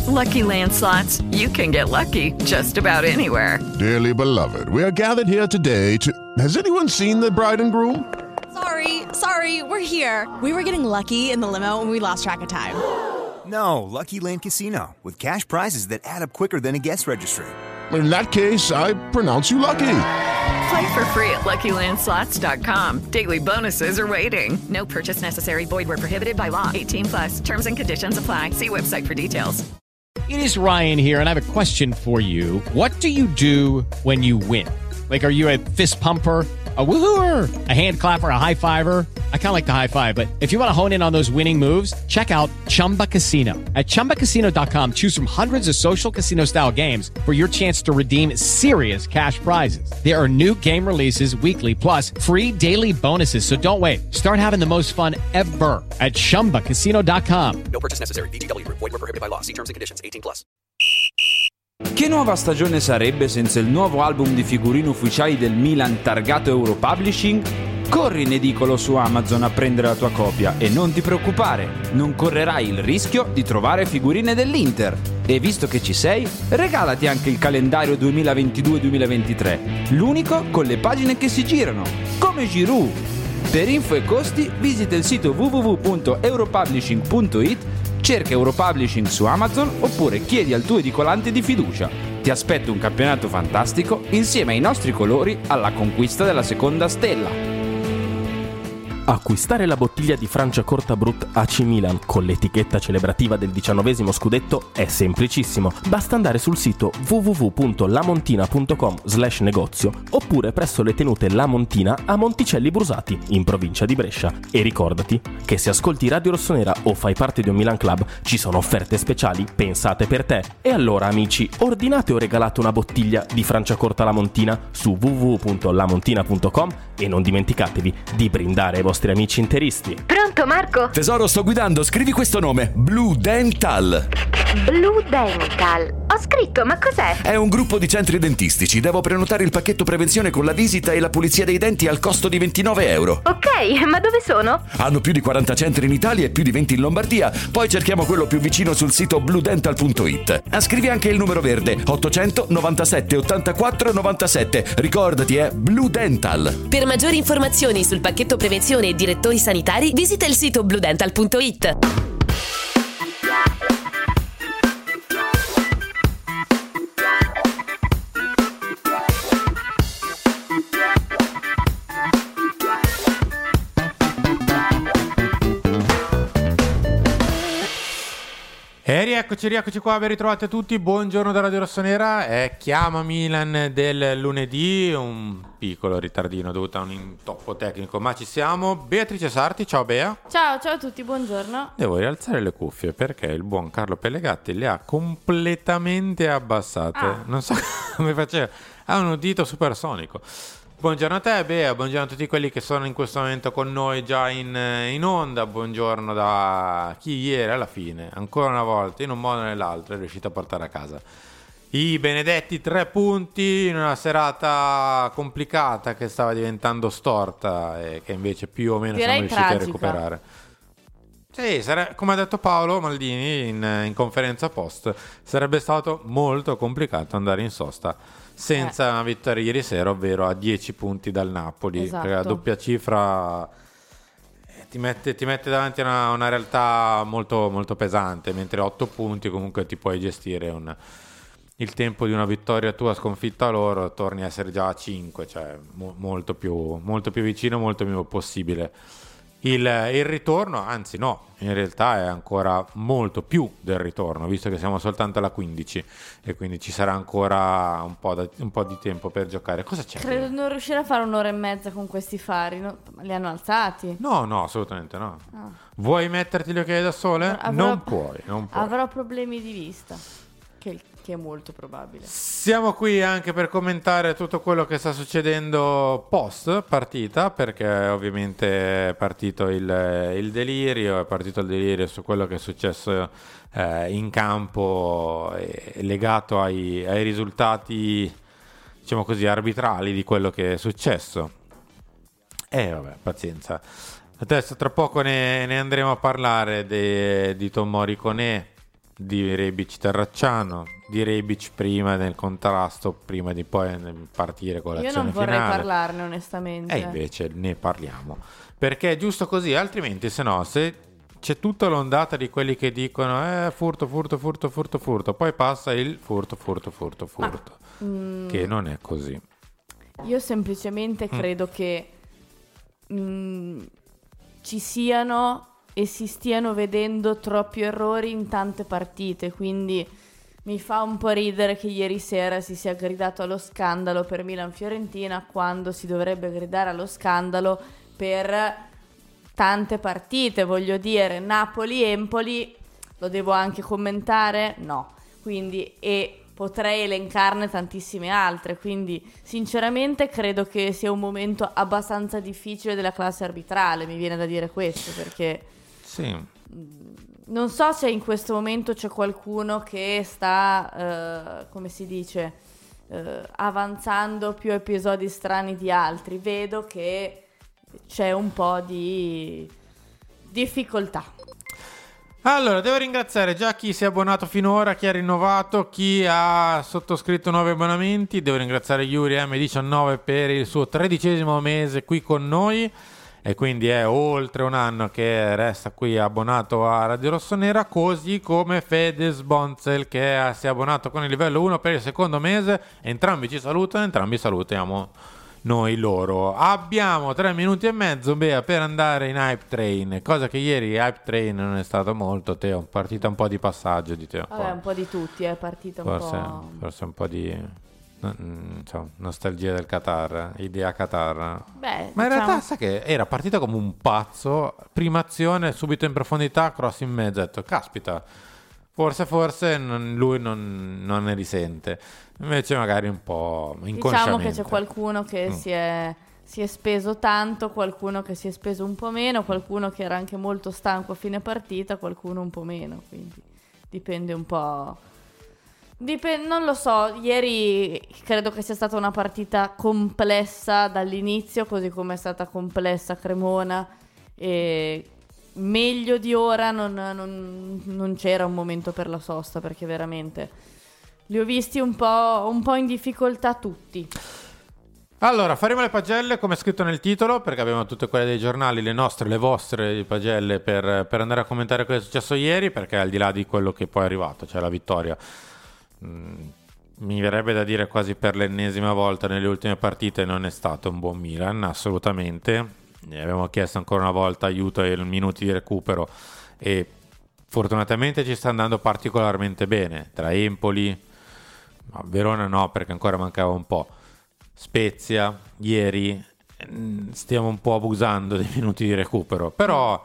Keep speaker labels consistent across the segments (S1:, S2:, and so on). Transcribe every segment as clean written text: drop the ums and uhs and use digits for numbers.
S1: Lucky Land Slots, you can get lucky just about anywhere.
S2: Dearly beloved, we are gathered here today to... Has anyone seen the bride and groom?
S3: Sorry, we're here. We were getting lucky in the limo and we lost track of time.
S4: No, Lucky Land Casino, with cash prizes that add up quicker than a guest registry.
S2: In that case, I pronounce you lucky.
S1: Play for free at LuckyLandSlots.com. Daily bonuses are waiting. No purchase necessary. Void where prohibited by law. 18+. Terms and conditions apply. See website for details.
S5: It is Ryan here, and I have a question for you. What do you do when you win? Like, are you a fist pumper, a woohooer, a hand clapper, a high fiver? I kind of like the high five, but if you want to hone in on those winning moves, check out Chumba Casino. At ChumbaCasino.com, choose from hundreds of social casino-style games for your chance to redeem serious cash prizes. There are new game releases weekly, plus free daily bonuses, so don't wait. Start having the most fun ever at ChumbaCasino.com.
S6: No purchase necessary. VGW. Void where prohibited by law. See terms and conditions. 18+.
S7: Che nuova stagione sarebbe senza il nuovo album di figurine ufficiali del Milan targato Europublishing? Corri in edicolo su Amazon a prendere la tua copia e non ti preoccupare, non correrai il rischio di trovare figurine dell'Inter. E visto che ci sei, regalati anche il calendario 2022-2023, l'unico con le pagine che si girano, come Giroud. Per info e costi visita il sito www.europublishing.it, cerca Europublishing su Amazon oppure chiedi al tuo edicolante di fiducia. Ti aspetta un campionato fantastico insieme ai nostri colori alla conquista della seconda stella.
S8: Acquistare la bottiglia di Franciacorta Brut AC Milan con l'etichetta celebrativa del 19° scudetto è semplicissimo. Basta andare sul sito www.lamontina.com/negozio oppure presso le tenute La Montina a Monticelli Brusati, in provincia di Brescia. E ricordati che se ascolti Radio Rossonera o fai parte di un Milan Club ci sono offerte speciali pensate per te. E allora amici, ordinate o regalate una bottiglia di Franciacorta La Montina su www.lamontina.com e non dimenticatevi di brindare ai vostri amici interisti.
S9: Pronto Marco?
S10: Tesoro, sto guidando, scrivi questo nome: Blue Dental.
S9: Blue Dental. Ho scritto, ma cos'è?
S10: È un gruppo di centri dentistici. Devo prenotare il pacchetto prevenzione con la visita e la pulizia dei denti al costo di €29.
S9: Ok, ma dove sono?
S10: Hanno più di 40 centri in Italia e più di 20 in Lombardia. Poi cerchiamo quello più vicino sul sito bluedental.it. Scrivi anche il numero verde: 897 84 97. Ricordati, è Blue Dental.
S11: Per maggiori informazioni sul pacchetto prevenzione e direttori sanitari, visita il sito bluedental.it.
S12: E rieccoci qua, ben ritrovati a tutti, buongiorno da Radio Rossonera. È Chiama Milan del lunedì, un piccolo ritardino dovuto a un intoppo tecnico, ma ci siamo. Beatrice Sarti, ciao Bea.
S13: Ciao a tutti, buongiorno.
S12: Devo rialzare le cuffie perché il buon Carlo Pellegatti le ha completamente abbassate. Non so come faceva, ha un udito supersonico. Buongiorno a te Bea, buongiorno a tutti quelli che sono in questo momento con noi già in onda, buongiorno da chi ieri alla fine, ancora una volta, in un modo o nell'altro, è riuscito a portare a casa i benedetti 3 punti in una serata complicata che stava diventando storta e che invece più o meno siamo riusciti a recuperare. Sì, come ha detto Paolo Maldini in conferenza post, sarebbe stato molto complicato andare in sosta senza una vittoria ieri sera, ovvero a 10 punti dal Napoli.
S13: Esatto.
S12: Perché la doppia cifra ti mette davanti a una realtà molto, molto pesante, mentre 8 punti comunque ti puoi gestire il tempo di una vittoria tua sconfitta loro, torni a essere già a 5, cioè molto più vicino, molto più possibile. Il ritorno, anzi no, in realtà è ancora molto più del ritorno, visto che siamo soltanto alla 15 e quindi ci sarà ancora un po' di tempo per giocare. Cosa c'è?
S13: Credo di non riuscire a fare un'ora e mezza con questi fari, no? Li hanno alzati?
S12: No, assolutamente no. Vuoi metterti gli occhiali da sole? Non puoi.
S13: Avrò problemi di vista, che è molto probabile.
S12: Siamo qui anche per commentare tutto quello che sta succedendo post partita, perché ovviamente è partito il delirio, su quello che è successo in campo, legato ai risultati, diciamo così, arbitrali di quello che è successo. Vabbè, pazienza. Adesso tra poco ne andremo a parlare di Tomori Koné. di Rebic Terracciano, di Rebic prima del contrasto, prima di poi partire con l'azione
S13: finale. Io non vorrei
S12: finale.
S13: parlarne onestamente.
S12: E invece ne parliamo, perché è giusto così, altrimenti se no, se c'è tutta l'ondata di quelli che dicono furto, poi passa il furto, che non è così.
S13: Io semplicemente credo che ci siano e si stiano vedendo troppi errori in tante partite, quindi mi fa un po' ridere che ieri sera si sia gridato allo scandalo per Milan-Fiorentina quando si dovrebbe gridare allo scandalo per tante partite. Voglio dire, Napoli-Empoli lo devo anche commentare? No. Quindi, e potrei elencarne tantissime altre, quindi sinceramente credo che sia un momento abbastanza difficile della classe arbitrale, mi viene da dire questo, perché
S12: sì.
S13: Non so se in questo momento c'è qualcuno che sta, come si dice, avanzando più episodi strani di altri. Vedo che c'è un po' di difficoltà.
S12: Allora, devo ringraziare già chi si è abbonato finora, chi ha rinnovato, chi ha sottoscritto nuovi abbonamenti. Devo ringraziare Yuri M19 per il suo 13° mese qui con noi, e quindi è oltre un anno che resta qui abbonato a Radio Rossonera, così come Fede Sbonzel che si è abbonato con il livello 1 per il 2° mese. Entrambi ci salutano, entrambi salutiamo noi loro. Abbiamo 3 minuti e mezzo, Bea, per andare in Hype Train, cosa che ieri Hype Train non è stato molto. Teo, partita un po' di passaggio di Teo.
S13: Vabbè, un po' di tutti, è partita un po'.
S12: Forse un po' di nostalgia del Qatar, idea Qatar.
S13: Beh,
S12: ma in realtà sai che era partita come un pazzo, prima azione subito in profondità, cross in mezzo, ho detto caspita, forse lui non ne risente, invece magari un po' inconsciamente.
S13: Diciamo che c'è qualcuno che si è speso tanto, qualcuno che si è speso un po' meno, qualcuno che era anche molto stanco a fine partita, qualcuno un po' meno, quindi dipende un po'. Non lo so, ieri credo che sia stata una partita complessa dall'inizio, così come è stata complessa Cremona, e meglio di ora non c'era un momento per la sosta, perché veramente li ho visti un po' in difficoltà tutti.
S12: Allora, faremo le pagelle come scritto nel titolo, perché abbiamo tutte quelle dei giornali, le nostre, le vostre pagelle per andare a commentare cosa è successo ieri, perché al di là di quello che poi è arrivato, cioè la vittoria, mi verrebbe da dire quasi per l'ennesima volta nelle ultime partite, non è stato un buon Milan, assolutamente. Abbiamo chiesto ancora una volta aiuto e minuti di recupero, e fortunatamente ci sta andando particolarmente bene. Tra Empoli, Verona no, perché ancora mancava un po', Spezia, ieri stiamo un po' abusando dei minuti di recupero, però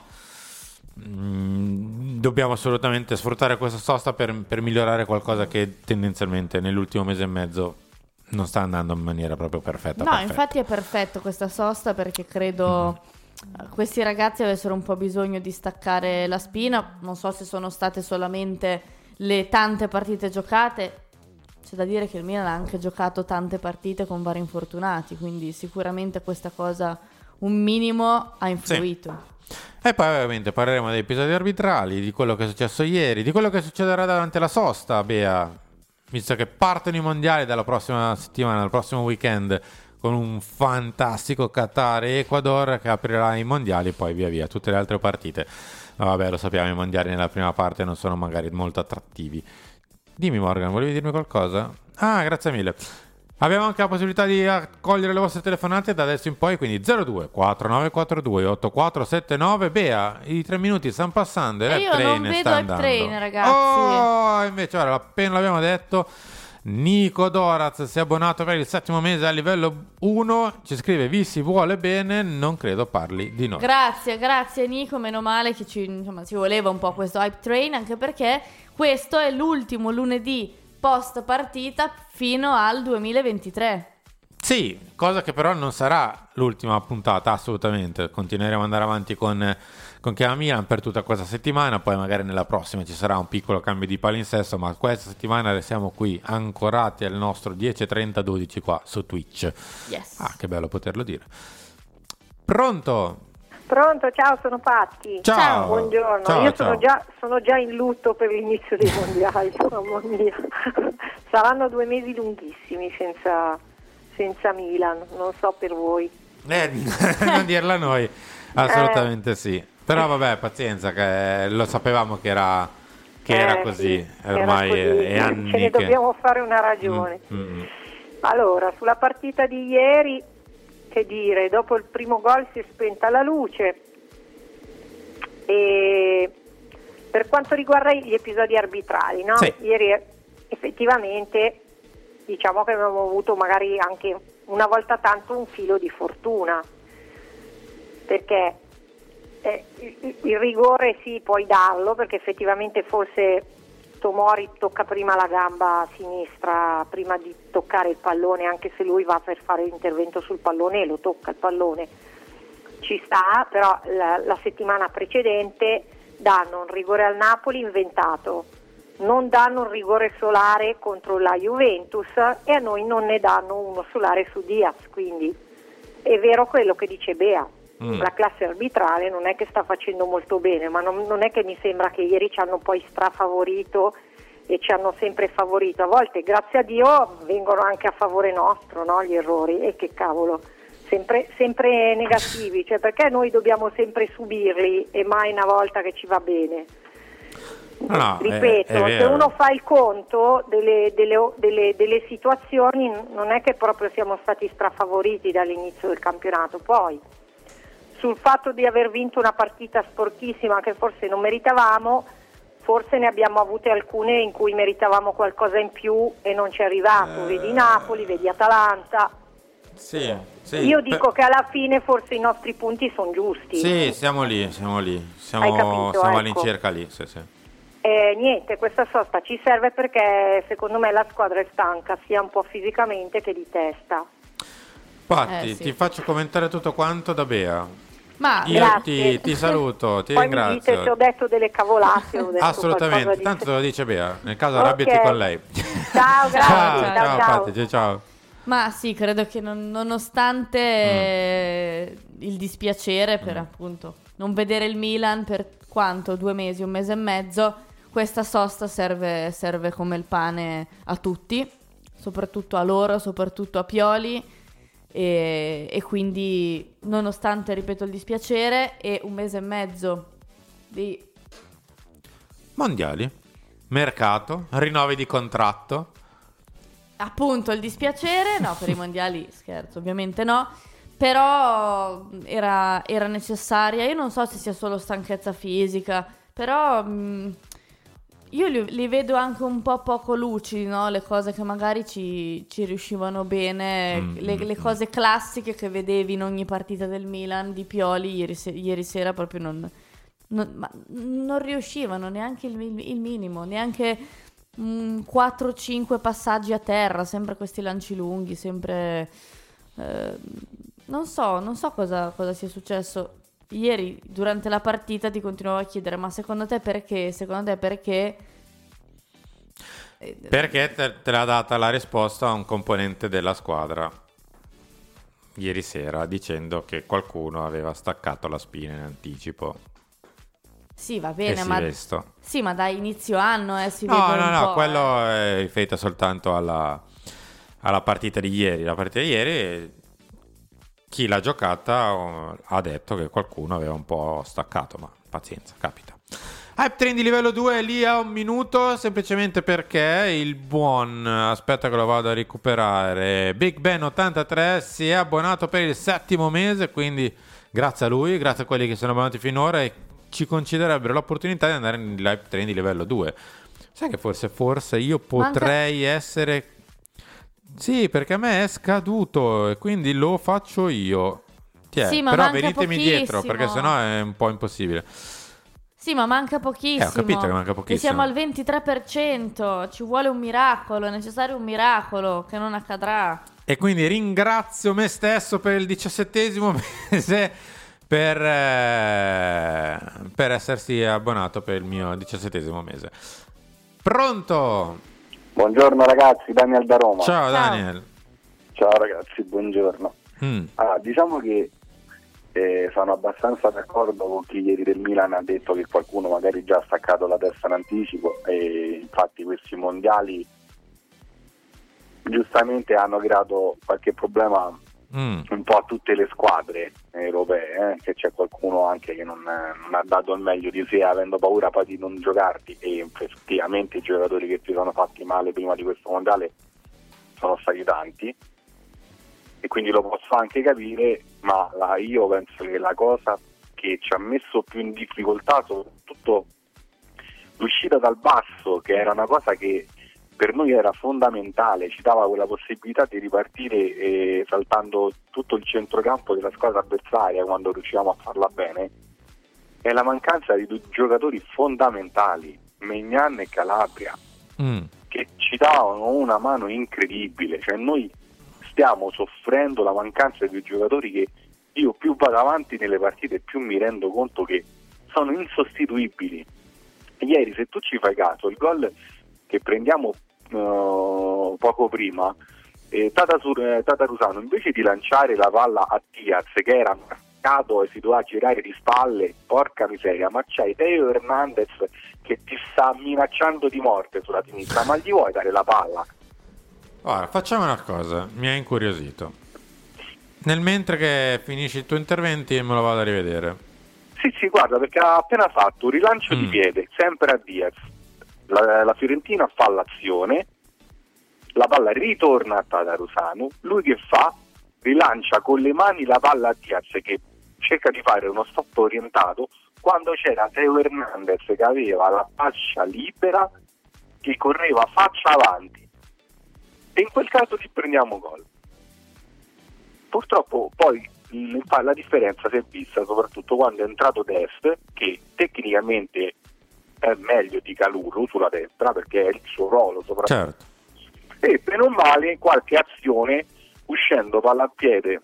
S12: dobbiamo assolutamente sfruttare questa sosta per migliorare qualcosa che tendenzialmente nell'ultimo mese e mezzo non sta andando in maniera proprio perfetta.
S13: No, infatti è perfetto questa sosta, perché credo questi ragazzi avessero un po' bisogno di staccare la spina. Non so se sono state solamente le tante partite giocate, c'è da dire che il Milan ha anche giocato tante partite con vari infortunati, quindi sicuramente questa cosa un minimo ha influito.
S12: Sì. E poi ovviamente parleremo degli episodi arbitrali, di quello che è successo ieri, di quello che succederà durante la sosta, Bea, visto che partono i mondiali dalla prossima settimana, dal prossimo weekend, con un fantastico Qatar e Ecuador che aprirà i mondiali, poi via via tutte le altre partite. No, vabbè, lo sappiamo, i mondiali nella prima parte non sono magari molto attrattivi. Dimmi Morgan, volevi dirmi qualcosa? Ah, grazie mille. Abbiamo anche la possibilità di accogliere le vostre telefonate da adesso in poi, quindi 02 4942 8479. Bea, i 3 minuti stanno passando e
S13: io
S12: Train
S13: non vedo
S12: sta
S13: Hype
S12: andando.
S13: Train, ragazzi.
S12: Oh, invece ora appena l'abbiamo detto, Nico Doraz si è abbonato per il 7° mese a livello 1, ci scrive vi si vuole bene, non credo parli di noi.
S13: Grazie Nico, meno male che ci voleva un po' questo Hype Train, anche perché questo è l'ultimo lunedì post partita fino al 2023.
S12: Sì, cosa che però non sarà l'ultima puntata, assolutamente. Continueremo ad andare avanti con Chiama Milan per tutta questa settimana, poi magari nella prossima ci sarà un piccolo cambio di palinsesto, ma questa settimana restiamo qui ancorati al nostro 10:30-12 qua su Twitch.
S13: Yes.
S12: Ah, che bello poterlo dire. Pronto?
S14: Pronto, ciao, sono Patti.
S12: Ciao.
S14: Buongiorno.
S12: Ciao,
S14: Io
S12: ciao.
S14: sono già in lutto per l'inizio dei mondiali, mamma mia. Saranno 2 mesi lunghissimi senza Milan, non so per voi.
S12: Non dirla noi, assolutamente sì. Però vabbè, pazienza, che lo sapevamo che era così, ormai è anni
S14: Ce ne dobbiamo fare una ragione. Allora, sulla partita di ieri, che dire, dopo il primo gol si è spenta la luce. E per quanto riguarda gli episodi arbitrali, no?
S12: Sì.
S14: Ieri effettivamente diciamo che abbiamo avuto magari anche una volta tanto un filo di fortuna, perché il rigore sì, puoi darlo, perché effettivamente forse Tomori tocca prima la gamba sinistra prima di toccare il pallone, anche se lui va per fare l'intervento sul pallone e lo tocca il pallone, ci sta. Però la settimana precedente danno un rigore al Napoli inventato, non danno un rigore solare contro la Juventus e a noi non ne danno uno solare su Diaz, quindi è vero quello che dice Bea. La classe arbitrale non è che sta facendo molto bene, ma non è che mi sembra che ieri ci hanno poi strafavorito e ci hanno sempre favorito. A volte, grazie a Dio, vengono anche a favore nostro, no, gli errori, e che cavolo, sempre negativi, cioè perché noi dobbiamo sempre subirli e mai una volta che ci va bene.
S12: No,
S14: Ripeto,
S12: è
S14: se uno fa il conto delle situazioni, non è che proprio siamo stati strafavoriti dall'inizio del campionato. Poi sul fatto di aver vinto una partita sporchissima che forse non meritavamo, forse ne abbiamo avute alcune in cui meritavamo qualcosa in più e non ci è arrivato. Vedi Napoli, vedi Atalanta.
S12: Sì.
S14: Io dico che alla fine forse i nostri punti sono giusti.
S12: Sì, siamo lì.
S14: Hai capito,
S12: siamo
S14: ecco.
S12: all'incirca lì, sì.
S14: Niente, questa sosta ci serve perché secondo me la squadra è stanca sia un po' fisicamente che di testa.
S12: Patti,
S13: sì.
S12: ti faccio commentare tutto quanto da Bea.
S13: Ma
S12: Io
S14: grazie.
S12: ti saluto, ti
S14: Poi
S12: ringrazio.
S14: mi dite se ho detto delle cavolate o ho detto
S12: Assolutamente,
S14: qualcosa di-
S12: tanto te lo dice Bea, nel caso
S14: Ok.
S12: arrabbiati con lei.
S14: Ciao, grazie.
S12: ciao Patti, ciao.
S13: Ma sì, credo che nonostante il dispiacere per appunto non vedere il Milan per quanto? 2 mesi, 1 mese e mezzo, questa sosta serve come il pane a tutti, soprattutto a loro, soprattutto a Pioli. E quindi nonostante, ripeto, il dispiacere e 1 mese e mezzo di
S12: Mondiali, mercato, rinnovi di contratto.
S13: appunto il dispiacere, no, per i mondiali scherzo, ovviamente no, però era necessaria. Io non so se sia solo stanchezza fisica, però io li vedo anche un po' poco lucidi, no? Le cose che magari ci riuscivano bene, le cose classiche che vedevi in ogni partita del Milan di Pioli ieri sera proprio non riuscivano neanche il minimo, neanche 4-5 passaggi a terra, sempre questi lanci lunghi, sempre non so cosa sia successo. Ieri durante la partita ti continuavo a chiedere: ma secondo te perché?
S12: Perché te l'ha data la risposta a un componente della squadra ieri sera, dicendo che qualcuno aveva staccato la spina in anticipo.
S13: Sì, va bene,
S12: E
S13: ma
S12: Silvestro.
S13: sì, ma da inizio anno si vede un po'.
S12: Quello è riferito soltanto alla partita di ieri. La partita di ieri, chi l'ha giocata ha detto che qualcuno aveva un po' staccato, ma pazienza, capita. Hype Train di livello 2 è lì a 1 minuto, semplicemente perché il buon, aspetta che lo vado a recuperare, Big Ben 83 si è abbonato per il 7° mese, quindi grazie a lui, grazie a quelli che sono abbonati finora e ci concederebbero l'opportunità di andare nell'Hype Train di livello 2. Sai che forse io potrei essere... Sì, perché a me è scaduto e quindi lo faccio io.
S13: Sì, ma
S12: però
S13: manca
S12: venitemi dietro,
S13: pochissimo.
S12: perché sennò è un po' impossibile.
S13: Sì, ma manca pochissimo.
S12: Ho capito che manca pochissimo.
S13: E siamo al 23%, ci vuole un miracolo, è necessario un miracolo che non accadrà.
S12: E quindi ringrazio me stesso per il 17° mese per essersi abbonato per il mio 17° mese. Pronto?
S15: Buongiorno ragazzi, Daniel da Roma.
S12: Ciao Daniel.
S15: Ciao ragazzi, buongiorno. Allora, diciamo che sono abbastanza d'accordo con chi ieri del Milan ha detto che qualcuno magari già ha staccato la testa in anticipo, e infatti questi mondiali giustamente hanno creato qualche problema un po' a tutte le squadre europee, che c'è qualcuno anche che non ha dato il meglio di sé, avendo paura poi di non giocarti, e effettivamente i giocatori che si sono fatti male prima di questo mondiale sono stati tanti, e quindi lo posso anche capire, ma io penso che la cosa che ci ha messo più in difficoltà, soprattutto l'uscita dal basso, che era una cosa che per noi era fondamentale, ci dava quella possibilità di ripartire saltando tutto il centrocampo della squadra avversaria quando riuscivamo a farla bene, è la mancanza di due giocatori fondamentali, Maignan e Calabria, che ci davano una mano incredibile. Cioè noi stiamo soffrendo la mancanza di giocatori che io più vado avanti nelle partite più mi rendo conto che sono insostituibili. Ieri, se tu ci fai caso, il gol che prendiamo poco prima, Tata Rusano, invece di lanciare la palla a Diaz, che era marcato e si doveva girare di spalle, porca miseria, ma c'hai Teo Hernandez che ti sta minacciando di morte sulla sinistra, ma gli vuoi dare la palla?
S12: Ora, facciamo una cosa, mi ha incuriosito. Nel mentre che finisci il tuo intervento me lo vado a rivedere.
S15: Sì, guarda, perché ha appena fatto un rilancio di piede, sempre a Diaz. La Fiorentina fa l'azione, la palla ritorna a Tatarusanu, lui che fa? Rilancia con le mani la palla a Diaz, che cerca di fare uno stop orientato, quando c'era Teo Hernandez che aveva la fascia libera, che correva faccia avanti, e in quel caso ci prendiamo gol. Purtroppo poi la differenza si è vista soprattutto quando è entrato Dest, che tecnicamente è meglio di Calulu sulla destra perché è il suo ruolo soprattutto, certo. E bene o male qualche azione uscendo palla a piede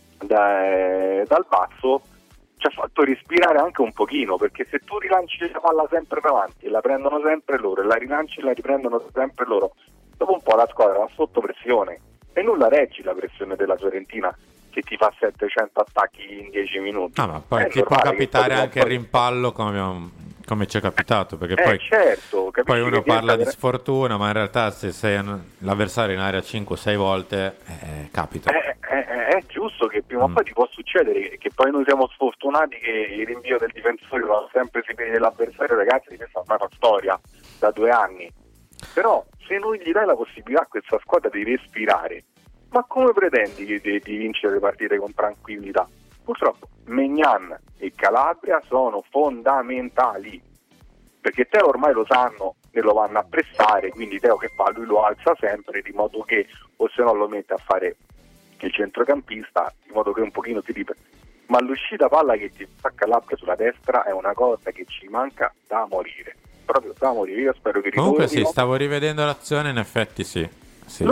S15: dal basso ci ha fatto respirare anche un pochino, perché se tu rilanci la palla sempre davanti e la prendono sempre loro e la rilanci e la riprendono sempre loro, dopo un po' la squadra va sotto pressione e non la reggi la pressione della Fiorentina che ti fa 700 attacchi in 10 minuti.
S12: Ma poi ti può capitare anche il rimpallo come ci è capitato, perché poi,
S15: certo,
S12: poi uno parla di sfortuna, ma in realtà se sei l'avversario in area 5-6 volte capita.
S15: È giusto che prima o poi ti può succedere, che poi noi siamo sfortunati che il rinvio del difensore va sempre si vede dell'avversario, ragazzi, questa è una storia da 2 anni. Però se non gli dai la possibilità a questa squadra di respirare, ma come pretendi di vincere le partite con tranquillità? Purtroppo Maignan e Calabria sono fondamentali, perché Teo ormai lo sanno e lo vanno a pressare, quindi Teo che fa? Lui lo alza sempre, di modo che, o se no lo mette a fare il centrocampista, di modo che un pochino si ripete. Ma l'uscita palla che ti fa Calabria sulla destra è una cosa che ci manca da morire, proprio da morire. Io spero che
S12: comunque sì, stavo rivedendo l'azione, in effetti sì. Se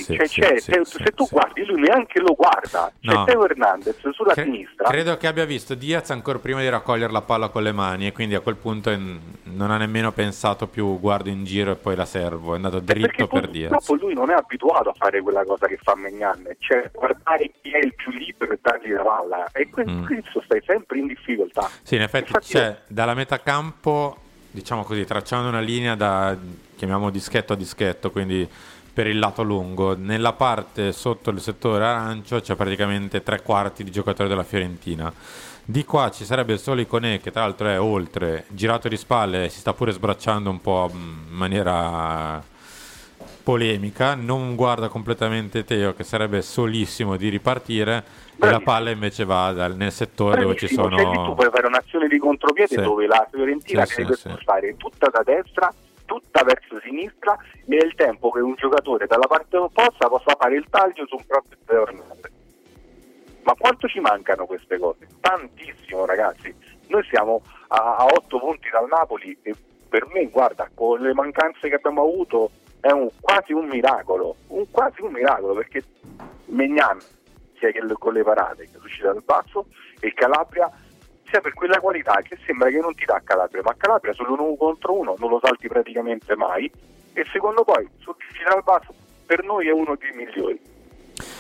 S15: tu guardi, lui neanche lo guarda. C'è Teo Hernandez sulla sinistra.
S12: Credo che abbia visto Diaz ancora prima di raccogliere la palla con le mani, e quindi a quel punto non ha nemmeno pensato più guardo in giro e poi la servo, è andato dritto per Diaz.
S15: Purtroppo lui non è abituato a fare quella cosa che fa Maignan, cioè guardare chi è il più libero e dargli la palla, e questo stai sempre in difficoltà.
S12: Sì, in effetti c'è dalla metà campo, diciamo così, tracciando una linea da, chiamiamo dischetto a dischetto, quindi per il lato lungo, nella parte sotto il settore arancio c'è praticamente 3/4 di giocatori della Fiorentina. Di qua ci sarebbe solo Iconé, che tra l'altro è oltre, girato di spalle, si sta pure sbracciando un po' in maniera polemica, non guarda completamente Teo, che sarebbe solissimo di ripartire, e la palla invece va nel settore dove ci sono...
S15: Cioè, tu puoi fare un'azione di contropiede dove la Fiorentina deve spostare tutta da destra, tutta verso sinistra, e è il tempo che un giocatore dalla parte opposta possa fare il taglio su un proprio Hernandez. Ma quanto ci mancano queste cose? Tantissimo, ragazzi. Noi siamo a 8 punti dal Napoli e per me, guarda, con le mancanze che abbiamo avuto è quasi un miracolo, perché Maignan, sia che con le parate che è uscita dal basso, e Calabria sia per quella qualità che sembra che non ti dà Calabria, ma Calabria sull'1 contro 1 non lo salti praticamente mai, e secondo poi sul dal basso per noi è uno dei migliori.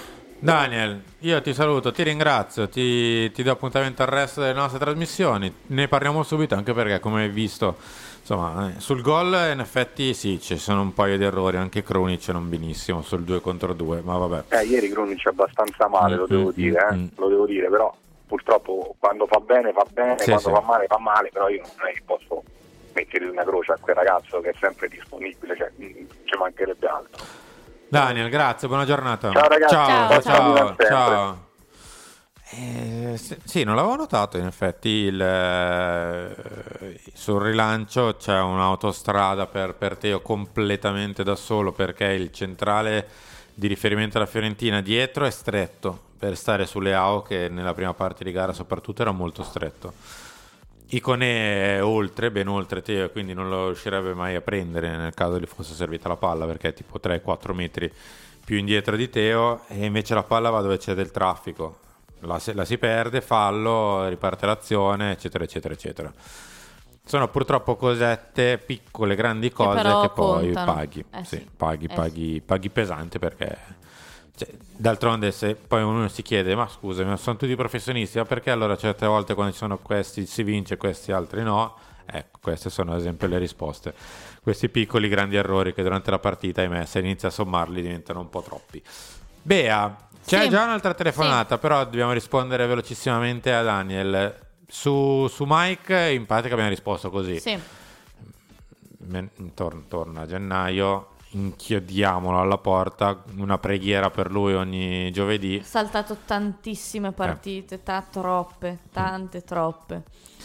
S12: Daniel, io ti saluto, ti ringrazio, ti do appuntamento al resto delle nostre trasmissioni. Ne parliamo subito, anche perché, come hai visto, insomma, sul gol in effetti sì, ci sono un paio di errori, anche Krunic non benissimo sul 2 contro 2, ma vabbè.
S15: Ieri Krunic è abbastanza male, lo devo dire, però purtroppo quando fa bene,
S12: sì,
S15: quando
S12: sì.
S15: fa male, però io non è che posso mettere una croce a quel ragazzo che è sempre disponibile, cioè ci mancherebbe altro.
S12: Daniel, grazie, buona giornata.
S15: Ciao ragazzi,
S12: ciao. Sì, non l'avevo notato in effetti sul rilancio c'è un'autostrada per Teo completamente da solo, perché il centrale di riferimento alla Fiorentina dietro è stretto per stare sulle AO, che nella prima parte di gara soprattutto era molto stretto. Icone è ben oltre Teo, quindi non lo riuscirebbe mai a prendere nel caso gli fosse servita la palla, perché è tipo 3-4 metri più indietro di Teo, e invece la palla va dove c'è del traffico, la si perde, fallo, riparte l'azione, eccetera eccetera eccetera. Sono purtroppo cosette, piccole, grandi cose che poi paghi. Paghi pesante, perché d'altronde se poi uno si chiede ma scusami, ma sono tutti professionisti, ma perché allora certe volte quando ci sono questi si vince, questi altri no? Ecco, queste sono ad esempio le risposte. Questi piccoli grandi errori che durante la partita, ahimè, se inizia a sommarli diventano un po' troppi. Bea, c'è già un'altra telefonata, però dobbiamo rispondere velocissimamente a Daniel. Su Mike in pratica abbiamo risposto così.
S13: Sì.
S12: Torna a gennaio, inchiodiamolo alla porta, una preghiera per lui ogni giovedì.
S13: Saltato tantissime partite, tante troppe.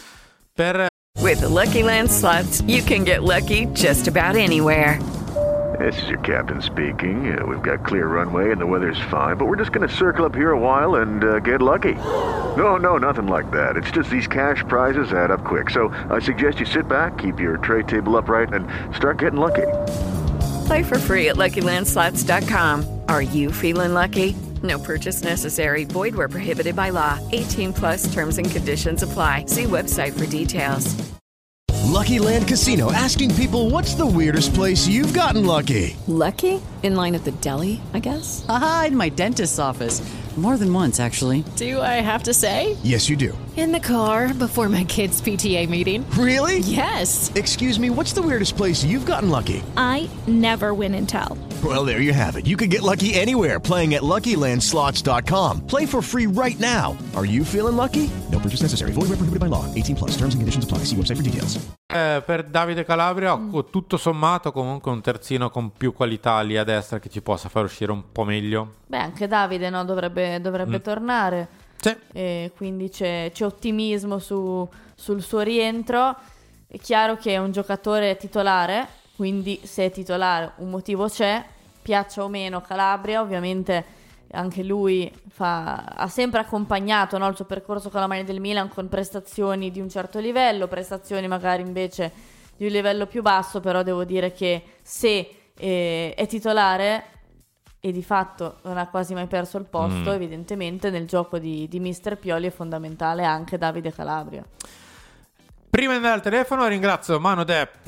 S1: With the Lucky Land Slots, you can get lucky just about anywhere.
S16: This is your captain speaking. We've got clear runway and the weather's fine, but we're just going to circle up here a while and get lucky. No, nothing like that. It's just these cash prizes add up quick. So I suggest you sit back, keep your tray table upright, and start getting lucky.
S1: Play for free at LuckyLandSlots.com. Are you feeling lucky? No purchase necessary. Void where prohibited by law. 18 plus terms and conditions apply. See website for details.
S17: Lucky Land Casino, asking people, what's the weirdest place you've gotten lucky?
S18: Lucky? In line at the deli, I guess?
S19: Aha, in my dentist's office. More than once, actually.
S18: Do I have to say?
S17: Yes, you do.
S18: In the car before my kids' PTA meeting.
S17: Really?
S18: Yes.
S17: Excuse me, what's the weirdest place you've gotten lucky?
S20: I never win and tell.
S17: Well, there you have it. You can get lucky anywhere, playing at LuckyLandSlots.com. Play for free right now. Are you feeling lucky? No purchase necessary. Void where prohibited by law. 18 plus. Terms and conditions apply. See website for details.
S12: Per Davide Calabria, tutto sommato comunque un terzino con più qualità lì a destra che ci possa far uscire un po' meglio.
S13: Beh, anche Davide dovrebbe tornare.
S12: Sì.
S13: E quindi c'è ottimismo sul suo rientro. È chiaro che è un giocatore titolare, quindi se è titolare un motivo c'è, piaccia o meno Calabria, ovviamente anche lui ha sempre accompagnato, no, il suo percorso con la maglia del Milan con prestazioni di un certo livello, prestazioni magari invece di un livello più basso, però devo dire che se è titolare e di fatto non ha quasi mai perso il posto, evidentemente nel gioco di Mister Pioli è fondamentale anche Davide Calabria.
S12: Prima di andare al telefono ringrazio Mano Depp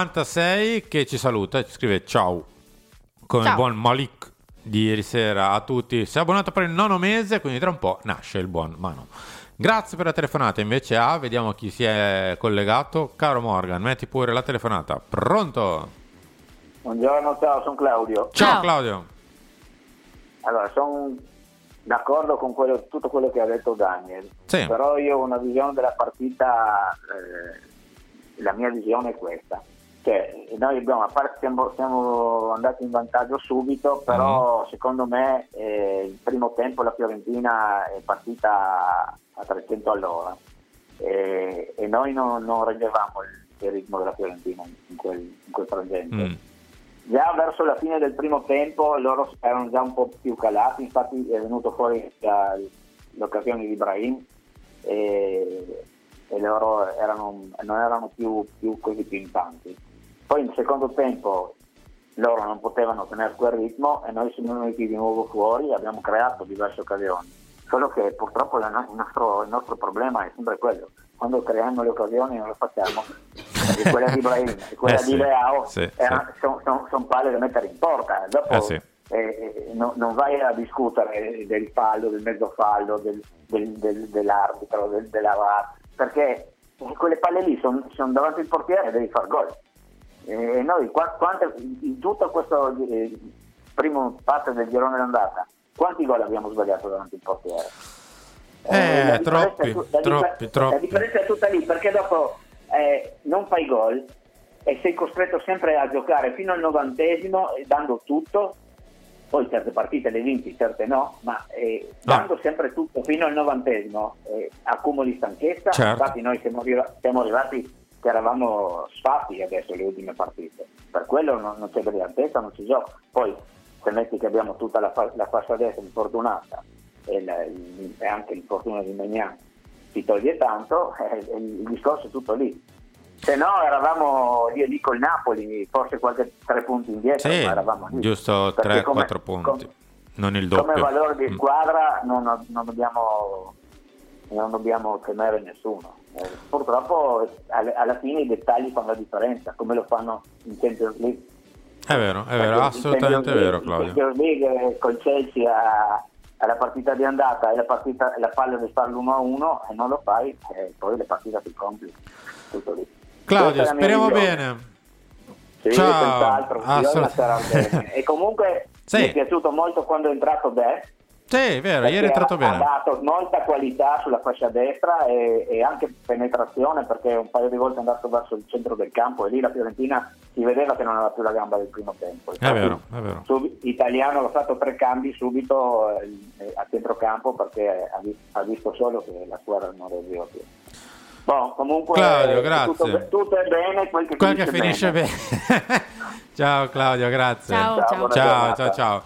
S12: 96 che ci saluta e ci scrive ciao, come il buon Malik di ieri sera a tutti. Si è abbonato per il 9° mese, quindi tra un po' nasce il buon Mano. Grazie per la telefonata. Invece vediamo chi si è collegato. Caro Morgan, metti pure la telefonata. Pronto?
S21: Buongiorno, ciao, sono Claudio.
S12: Ciao Claudio.
S21: Allora, sono d'accordo con tutto quello che ha detto Daniel,
S12: sì.
S21: Però io ho una visione della partita, la mia visione è questa. Cioè, noi siamo andati in vantaggio subito, però secondo me il primo tempo la Fiorentina è partita a 300 all'ora e noi non reggevamo il ritmo della Fiorentina in quel frangente. Già verso la fine del primo tempo loro erano già un po' più calati, infatti è venuto fuori l'occasione di Ibrahim e loro non erano più così pimpanti. Poi nel secondo tempo loro non potevano tenere quel ritmo e noi siamo venuti di nuovo fuori e abbiamo creato diverse occasioni. Solo che purtroppo il nostro problema è sempre quello: quando creiamo le occasioni non le facciamo. E quella di Ibrahim e quella di Leao sono palle da mettere in porta. Dopo non vai a discutere del fallo, del mezzo fallo, dell'arbitro, della VAR, perché quelle palle lì sono davanti al portiere e devi far gol. E noi in tutto questo primo parte del girone d'andata, quanti gol abbiamo sbagliato davanti al portiere?
S12: Troppi.
S21: La differenza è tutta lì, perché dopo non fai gol e sei costretto sempre a giocare fino al 90esimo dando tutto. Poi certe partite le vinci, certe no, ma dando sempre tutto fino al 90esimo accumuli stanchezza.
S12: Certo.
S21: Infatti noi siamo arrivati che eravamo sfatti adesso le ultime partite, per quello non c'è brillantezza, non si gioca. Poi se metti che abbiamo tutta la fascia destra infortunata e anche l'infortunio di Maignan ti toglie tanto, il discorso è tutto lì. Se no eravamo lì col Napoli, forse qualche 3 punti indietro,
S12: Sì,
S21: ma eravamo lì.
S12: giusto 3-4 punti, non il doppio.
S21: Come valore di squadra non dobbiamo temere nessuno. Purtroppo alla fine i dettagli fanno la differenza, come lo fanno in Champions League.
S12: È vero, assolutamente vero, Claudio.
S21: In Champions League col Chelsea alla partita di andata e la palla di farlo 1-1 e non lo fai, e poi le partite si complicano. Tutto lì.
S12: Claudio, speriamo bene.
S21: Sì,
S12: Ciao.
S21: Sarà bene. E comunque mi è piaciuto molto quando è entrato De.
S12: Sì, è vero, ieri è entrato bene.
S21: Ha dato molta qualità sulla fascia destra e anche penetrazione, perché un paio di volte è andato verso il centro del campo e lì la Fiorentina si vedeva che non aveva più la gamba del primo tempo.
S12: È vero.
S21: Italiano ha fatto 3 cambi subito a centrocampo perché ha visto solo che la squadra non reagiva più. Comunque
S12: Claudio, grazie.
S21: Tutto è bene quel che
S12: finisce bene. Ciao Claudio, grazie. Ciao.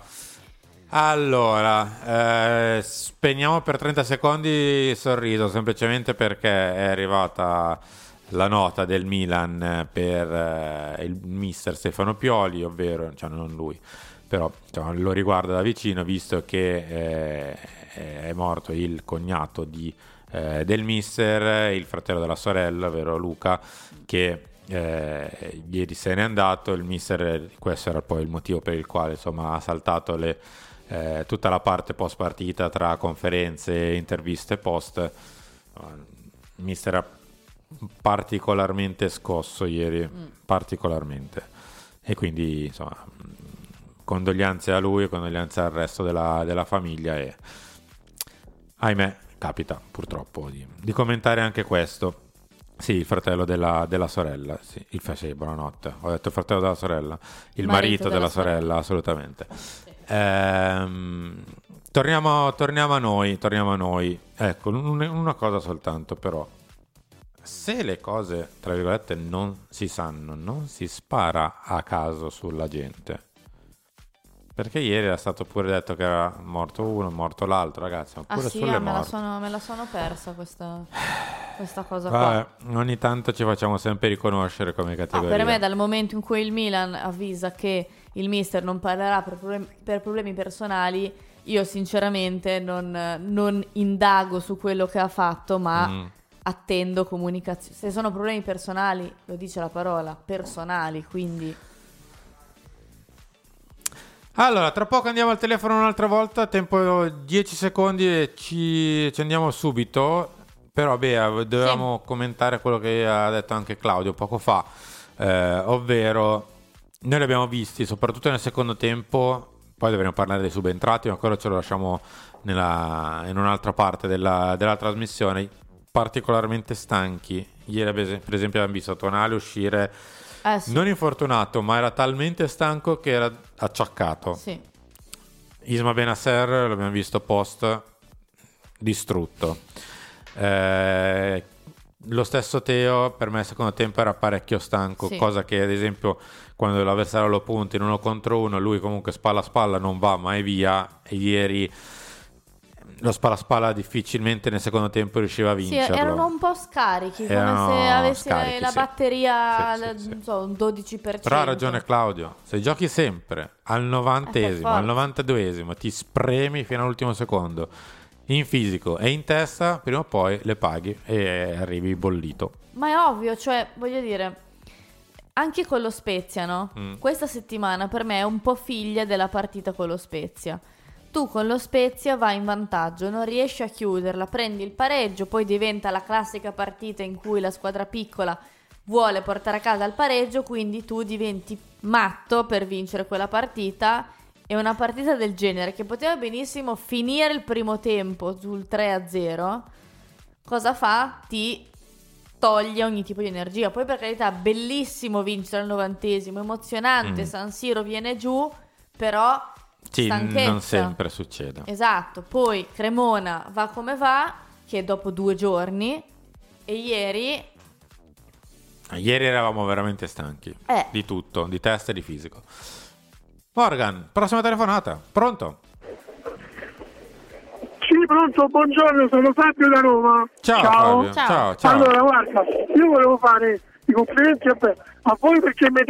S12: Allora, spegniamo per 30 secondi il sorriso, semplicemente perché è arrivata la nota del Milan per il mister Stefano Pioli, ovvero, non lui, però lo riguarda da vicino, visto che è morto il cognato del mister, il fratello della sorella, ovvero Luca, che ieri se n'è andato. Il mister, questo era poi il motivo per il quale ha saltato tutta la parte post partita tra conferenze, interviste post. Il mister era particolarmente scosso ieri, particolarmente, e quindi condoglianze a lui e condoglianze al resto della famiglia, e ahimè capita purtroppo di commentare anche questo. Sì, il fratello della sorella, sì, buonanotte, ho detto il fratello della sorella, il marito della sorella, assolutamente. Torniamo a noi. Ecco, una cosa soltanto, però, se le cose tra virgolette non si sanno, non si spara a caso sulla gente. Perché ieri era stato pure detto che era morto uno, morto l'altro, ragazzi. Pure sulle morti.
S13: Me la sono persa questa cosa qua.
S12: Ogni tanto ci facciamo sempre riconoscere come categoria.
S13: Per me, dal momento in cui il Milan avvisa che il mister non parlerà per problemi personali, io sinceramente non indago su quello che ha fatto, ma attendo comunicazione. Se sono problemi personali, lo dice la parola, personali, quindi...
S12: Allora, tra poco andiamo al telefono un'altra volta, tempo 10 secondi e ci andiamo subito. Però dovevamo commentare quello che ha detto anche Claudio poco fa, ovvero noi li abbiamo visti soprattutto nel secondo tempo, poi dovremo parlare dei subentrati, ma ancora ce lo lasciamo in un'altra parte della trasmissione, particolarmente stanchi. Ieri per esempio abbiamo visto Tonali uscire non infortunato, ma era talmente stanco che era acciaccato.
S13: Sì.
S12: Isma Benasser l'abbiamo visto post distrutto. Lo stesso Teo per me secondo tempo era parecchio stanco, cosa che ad esempio quando l'avversario lo punta in 1 contro 1 lui comunque spalla a spalla non va mai via, e ieri lo spalla a spalla difficilmente nel secondo tempo riusciva a vincerlo.
S13: Erano un po' scarichi, come se avesse la batteria un 12%.
S12: Però ha ragione Claudio, se giochi sempre al 90esimo, al 92esimo, ti spremi fino all'ultimo secondo in fisico e in testa, prima o poi le paghi e arrivi bollito.
S13: Ma è ovvio, voglio dire, anche con lo Spezia, no? Questa settimana per me è un po' figlia della partita con lo Spezia. Tu con lo Spezia vai in vantaggio, non riesci a chiuderla, prendi il pareggio, poi diventa la classica partita in cui la squadra piccola vuole portare a casa il pareggio, quindi tu diventi matto per vincere quella partita. E una partita del genere, che poteva benissimo finire il primo tempo sul 3-0, cosa fa? Ti toglie ogni tipo di energia. Poi, per carità, bellissimo vincere al 90esimo, emozionante, San Siro viene giù, però
S12: Sì,
S13: stanchezza.
S12: non sempre succede.
S13: Esatto. Poi Cremona va come va, che dopo 2 giorni, e ieri
S12: eravamo veramente stanchi di tutto, di testa e di fisico. Morgan, prossima telefonata. Pronto?
S3: Sì, pronto, buongiorno, sono Fabio da Roma.
S12: Ciao Fabio. Ciao.
S3: Allora, guarda, io volevo fare i complimenti a voi perché mi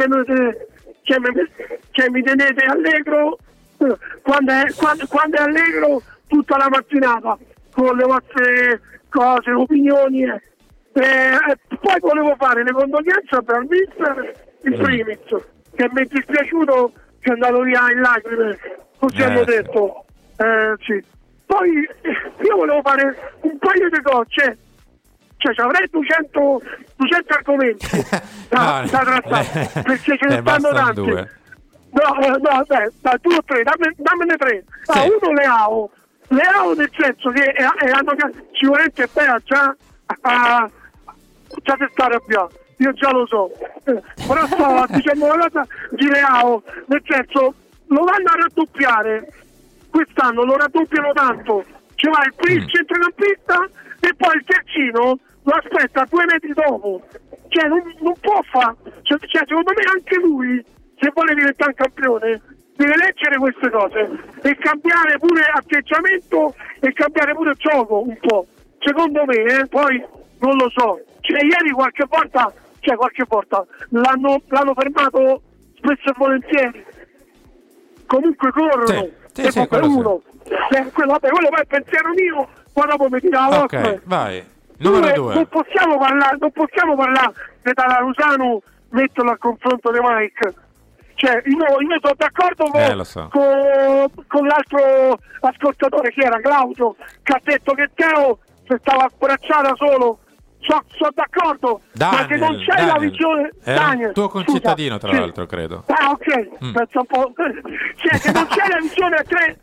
S3: tenete allegro quando è allegro tutta la mattinata con le vostre cose, opinioni. Poi volevo fare le condoglianze per mister in primis, che mi è dispiaciuto che è andato via in lacrime, così hanno detto. Sì. Poi io volevo fare un paio di cose, cioè avrei 200 argomenti da trattare, perché ce ne stanno tanti.
S12: 2.
S3: No, dai, 2 o 3, dammene 3. Uno Leao nel senso che hanno sicuramente Bea già si sta arrabbiando, io già lo so, però sto dicendo una cosa di Leao, nel senso lo vanno a raddoppiare quest'anno, lo raddoppiano tanto, ci va il centrocampista e poi il terzino lo aspetta 2 metri dopo, cioè non può fare, cioè secondo me anche lui, se vuole diventare campione, deve leggere queste cose e cambiare pure atteggiamento e cambiare pure gioco un po', secondo me, poi non lo so, cioè ieri qualche volta l'hanno fermato spesso e volentieri, comunque corrono,
S12: sì, quello
S3: quello poi è pensiero mio, ma dopo mi tira la vostra.
S12: Ok, vai. Numero 2.
S3: Non possiamo parlare di Talarusano, metterlo a confronto di Mike. Cioè, io sono d'accordo con l'altro ascoltatore che era Claudio, che ha detto che Teo se stava abbracciata solo. Sono d'accordo, ma se non c'è la visione,
S12: Daniel, tuo concittadino, tra l'altro, credo.
S3: Ok, penso un po'. Cioè, se non c'è la visione a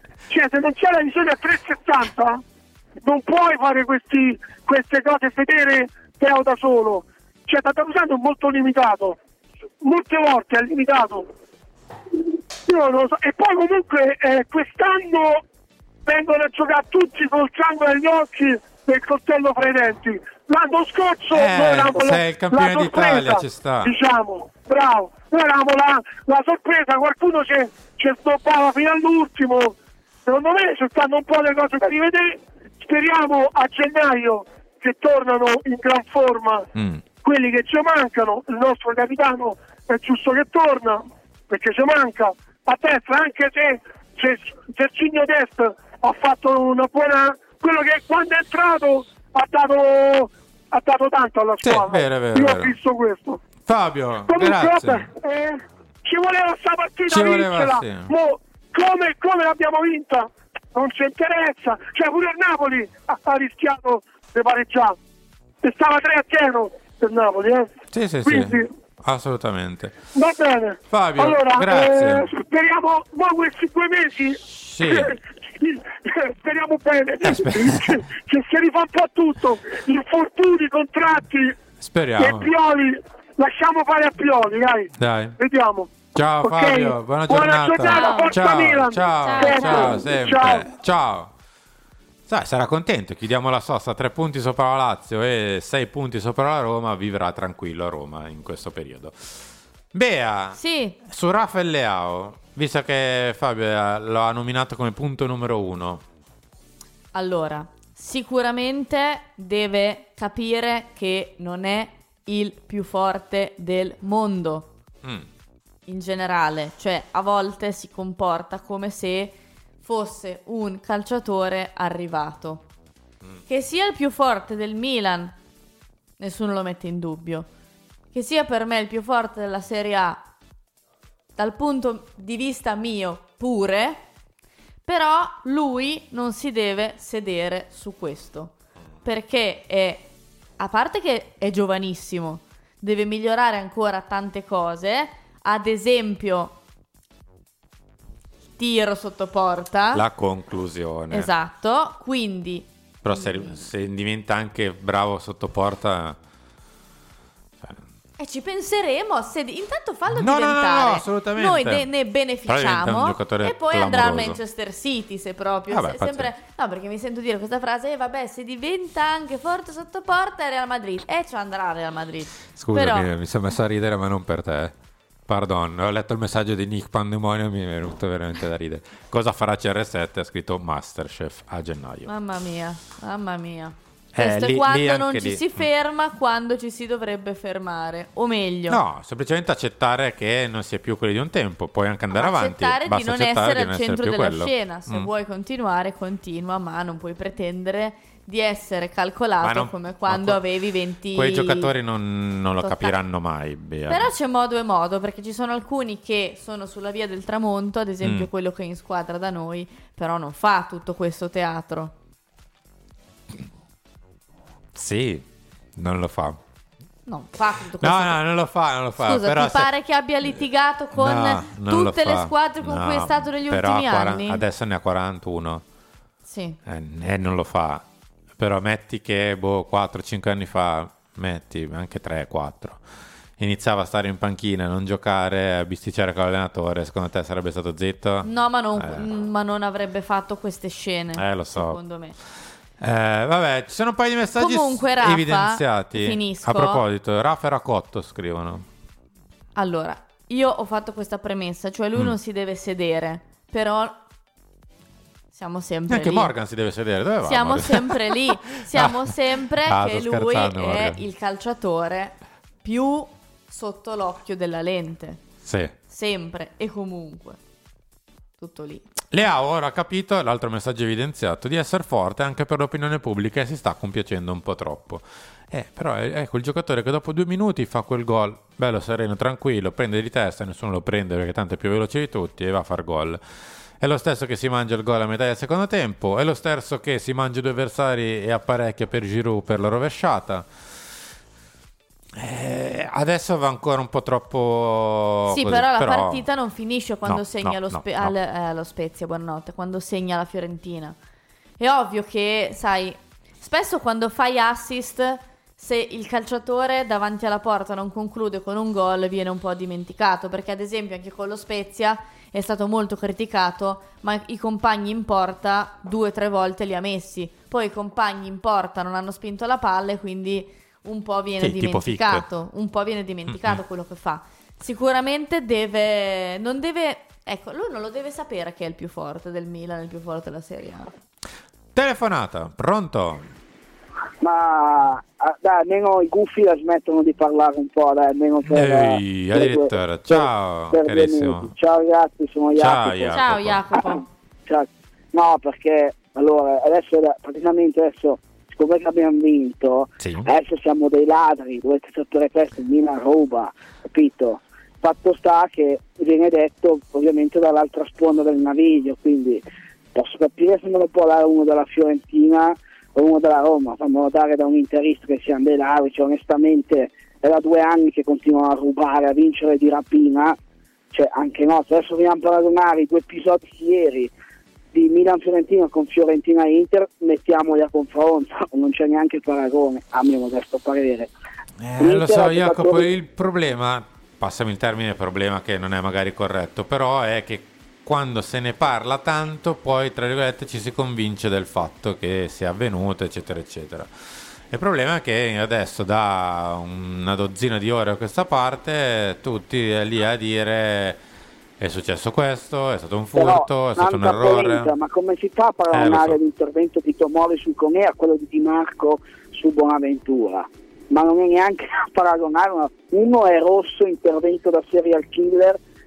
S3: 360, non puoi fare queste cose, vedere Teo da solo. Cioè, Tatarusano è molto limitato, molte volte è limitato. Io non lo so. E poi comunque quest'anno vengono a giocare tutti col sangue agli occhi e il coltello fra i denti. L'anno scorso
S12: sei il campione d'Italia, ci sta.
S3: Diciamo, bravo. Noi eravamo la sorpresa, qualcuno ci stoppava fino all'ultimo. Secondo me ci stanno un po' le cose da rivedere. Speriamo a gennaio che tornano in gran forma quelli che ci mancano. Il nostro capitano è giusto che torna, perché ci manca a destra, anche se Serginio Dest ha fatto una buona, quello che quando è entrato ha dato tanto alla squadra.
S12: Vero.
S3: Io ho visto questo.
S12: Fabio,
S3: comunque,
S12: grazie.
S3: Vabbè, ci voleva sta partita vincerla.
S12: Sì.
S3: Come l'abbiamo vinta non ci interessa. Cioè pure il Napoli ha rischiato di pareggiare e stava 3-0 per Napoli,
S12: Sì.
S3: Quindi,
S12: assolutamente.
S3: va bene.
S12: Fabio,
S3: allora,
S12: grazie.
S3: Speriamo questi 2 mesi.
S12: Sì.
S3: Speriamo bene che si rifà un po' tutto, infortuni, contratti.
S12: Speriamo.
S3: E Pioli, lasciamo fare a Pioli, dai. Vediamo.
S12: Ciao Fabio, buona giornata.
S3: Forza Milan.
S12: Ciao, sempre. Ciao. Sai, sarà contento, chiudiamo la sosta, 3 punti sopra la Lazio e 6 punti sopra la Roma, vivrà tranquillo a Roma in questo periodo. Bea,
S13: sì.
S12: Su Rafael Leao, visto che Fabio lo ha nominato come punto numero 1.
S13: Allora, sicuramente deve capire che non è il più forte del mondo. In generale, cioè a volte si comporta come se fosse un calciatore arrivato. Che sia il più forte del Milan, nessuno lo mette in dubbio. che sia per me il più forte della Serie A dal punto di vista mio pure, però lui non si deve sedere su questo, perché a parte che è giovanissimo, deve migliorare ancora tante cose, ad esempio tiro sotto porta,
S12: la conclusione.
S13: Esatto, quindi
S12: però se diventa anche bravo sotto porta,
S13: ci penseremo. Intanto fallo
S12: no,
S13: diventare.
S12: No, assolutamente.
S13: Noi ne beneficiamo e poi andrà al Manchester City, se proprio. Sempre, no, perché mi sento dire questa frase, vabbè, se diventa anche forte sotto porta è Real Madrid. Ci andrà al Real Madrid.
S12: Scusami,
S13: però...
S12: mi sono messo a ridere, ma non per te. Pardon, ho letto il messaggio di Nick Pandemonio e mi è venuto veramente da ridere. Cosa farà CR7? Ha scritto Masterchef a gennaio.
S13: Mamma mia. Questo è quando non ci si ferma, quando ci si dovrebbe fermare, o meglio,
S12: no, semplicemente accettare che non si è più quelli di un tempo, puoi anche andare avanti,
S13: accettare di non essere al centro della
S12: quello.
S13: scena. Se vuoi continuare, continua, ma non puoi pretendere di essere calcolato come quando avevi 20.
S12: Quei giocatori non lo capiranno mai, Bea.
S13: Però c'è modo e modo, perché ci sono alcuni che sono sulla via del tramonto, ad esempio quello che è in squadra da noi, però non fa tutto questo teatro.
S12: Sì, non lo fa.
S13: Non fa tutto questo.
S12: No, non lo fa.
S13: Scusa,
S12: però
S13: ti pare che abbia litigato con tutte le squadre con cui è stato negli ultimi anni?
S12: Adesso ne ha 41.
S13: Sì.
S12: Non lo fa. Però metti che 4-5 anni fa, metti anche 3-4, iniziava a stare in panchina, non giocare, a bisticciare con l'allenatore, secondo te sarebbe stato zitto?
S13: No, ma non avrebbe fatto queste scene.
S12: Lo so.
S13: Secondo me.
S12: Vabbè, ci sono un paio di messaggi
S13: Rafa,
S12: evidenziati.
S13: Finisco.
S12: A proposito, Rafa e Racotto scrivono.
S13: Allora, io ho fatto questa premessa, cioè lui non si deve sedere, però siamo sempre
S12: anche
S13: lì.
S12: Morgan si deve sedere. Dove
S13: siamo sempre lì. Siamo sempre che lui è
S12: Morgan.
S13: il calciatore più sotto l'occhio della lente.
S12: Sì.
S13: Sempre e comunque. Tutto lì.
S12: Leao ora ha capito, l'altro messaggio evidenziato, di essere forte anche per l'opinione pubblica e si sta compiacendo un po' troppo. Però è quel giocatore che dopo 2 minuti fa quel gol, bello, sereno, tranquillo, prende di testa, nessuno lo prende perché tanto è più veloce di tutti e va a far gol. È lo stesso che si mangia il gol a metà del secondo tempo, è lo stesso che si mangia 2 avversari e apparecchia per Giroud per la rovesciata. Adesso va ancora un po' troppo.
S13: Sì,
S12: così,
S13: però la partita non finisce quando segna
S12: lo
S13: lo Spezia, buonanotte, quando segna la Fiorentina. È ovvio che, sai, spesso quando fai assist, se il calciatore davanti alla porta non conclude con un gol, viene un po' dimenticato, perché ad esempio anche con lo Spezia è stato molto criticato, ma i compagni in porta 2-3 volte li ha messi. Poi i compagni in porta non hanno spinto la palla e quindi un po' viene dimenticato, quello che fa. Sicuramente lui non lo deve sapere che è il più forte del Milan, il più forte della Serie A.
S12: Telefonata, pronto?
S4: Ma dai, almeno i gufi la smettono di parlare un po', dai, almeno
S12: addirittura. Ciao, carissimo.
S4: Ciao ragazzi, sono Jacopo.
S13: Ciao Jacopo.
S4: Ciao. No, perché allora adesso siccome che abbiamo vinto, adesso siamo dei ladri, dovete sapere questo, il Milan ruba, capito? Fatto sta che viene detto ovviamente dall'altra sponda del naviglio, quindi posso capire se me lo può dare uno della Fiorentina o uno della Roma, fammelo dare da un interista che siamo dei ladri, cioè onestamente è da 2 anni che continuano a rubare, a vincere di rapina, cioè anche no, adesso vogliamo paragonare i 2 episodi di ieri di Milan-Fiorentina con Fiorentina-Inter, mettiamoli a confronto, non c'è neanche paragone, a mio modesto parere.
S12: Lo so, Jacopo, il problema, passami il termine problema che non è magari corretto, però è che quando se ne parla tanto poi tra virgolette ci si convince del fatto che sia avvenuto, eccetera eccetera. Il problema è che adesso da una dozzina di ore a questa parte tutti è lì a dire è successo questo, è stato un furto,
S4: però,
S12: è stato un errore.
S4: Ma come si fa a paragonare l'intervento di Tomori sul Conea a quello di Di Marco su Bonaventura? Ma non è neanche a paragonare, uno è rosso, intervento da serial killer,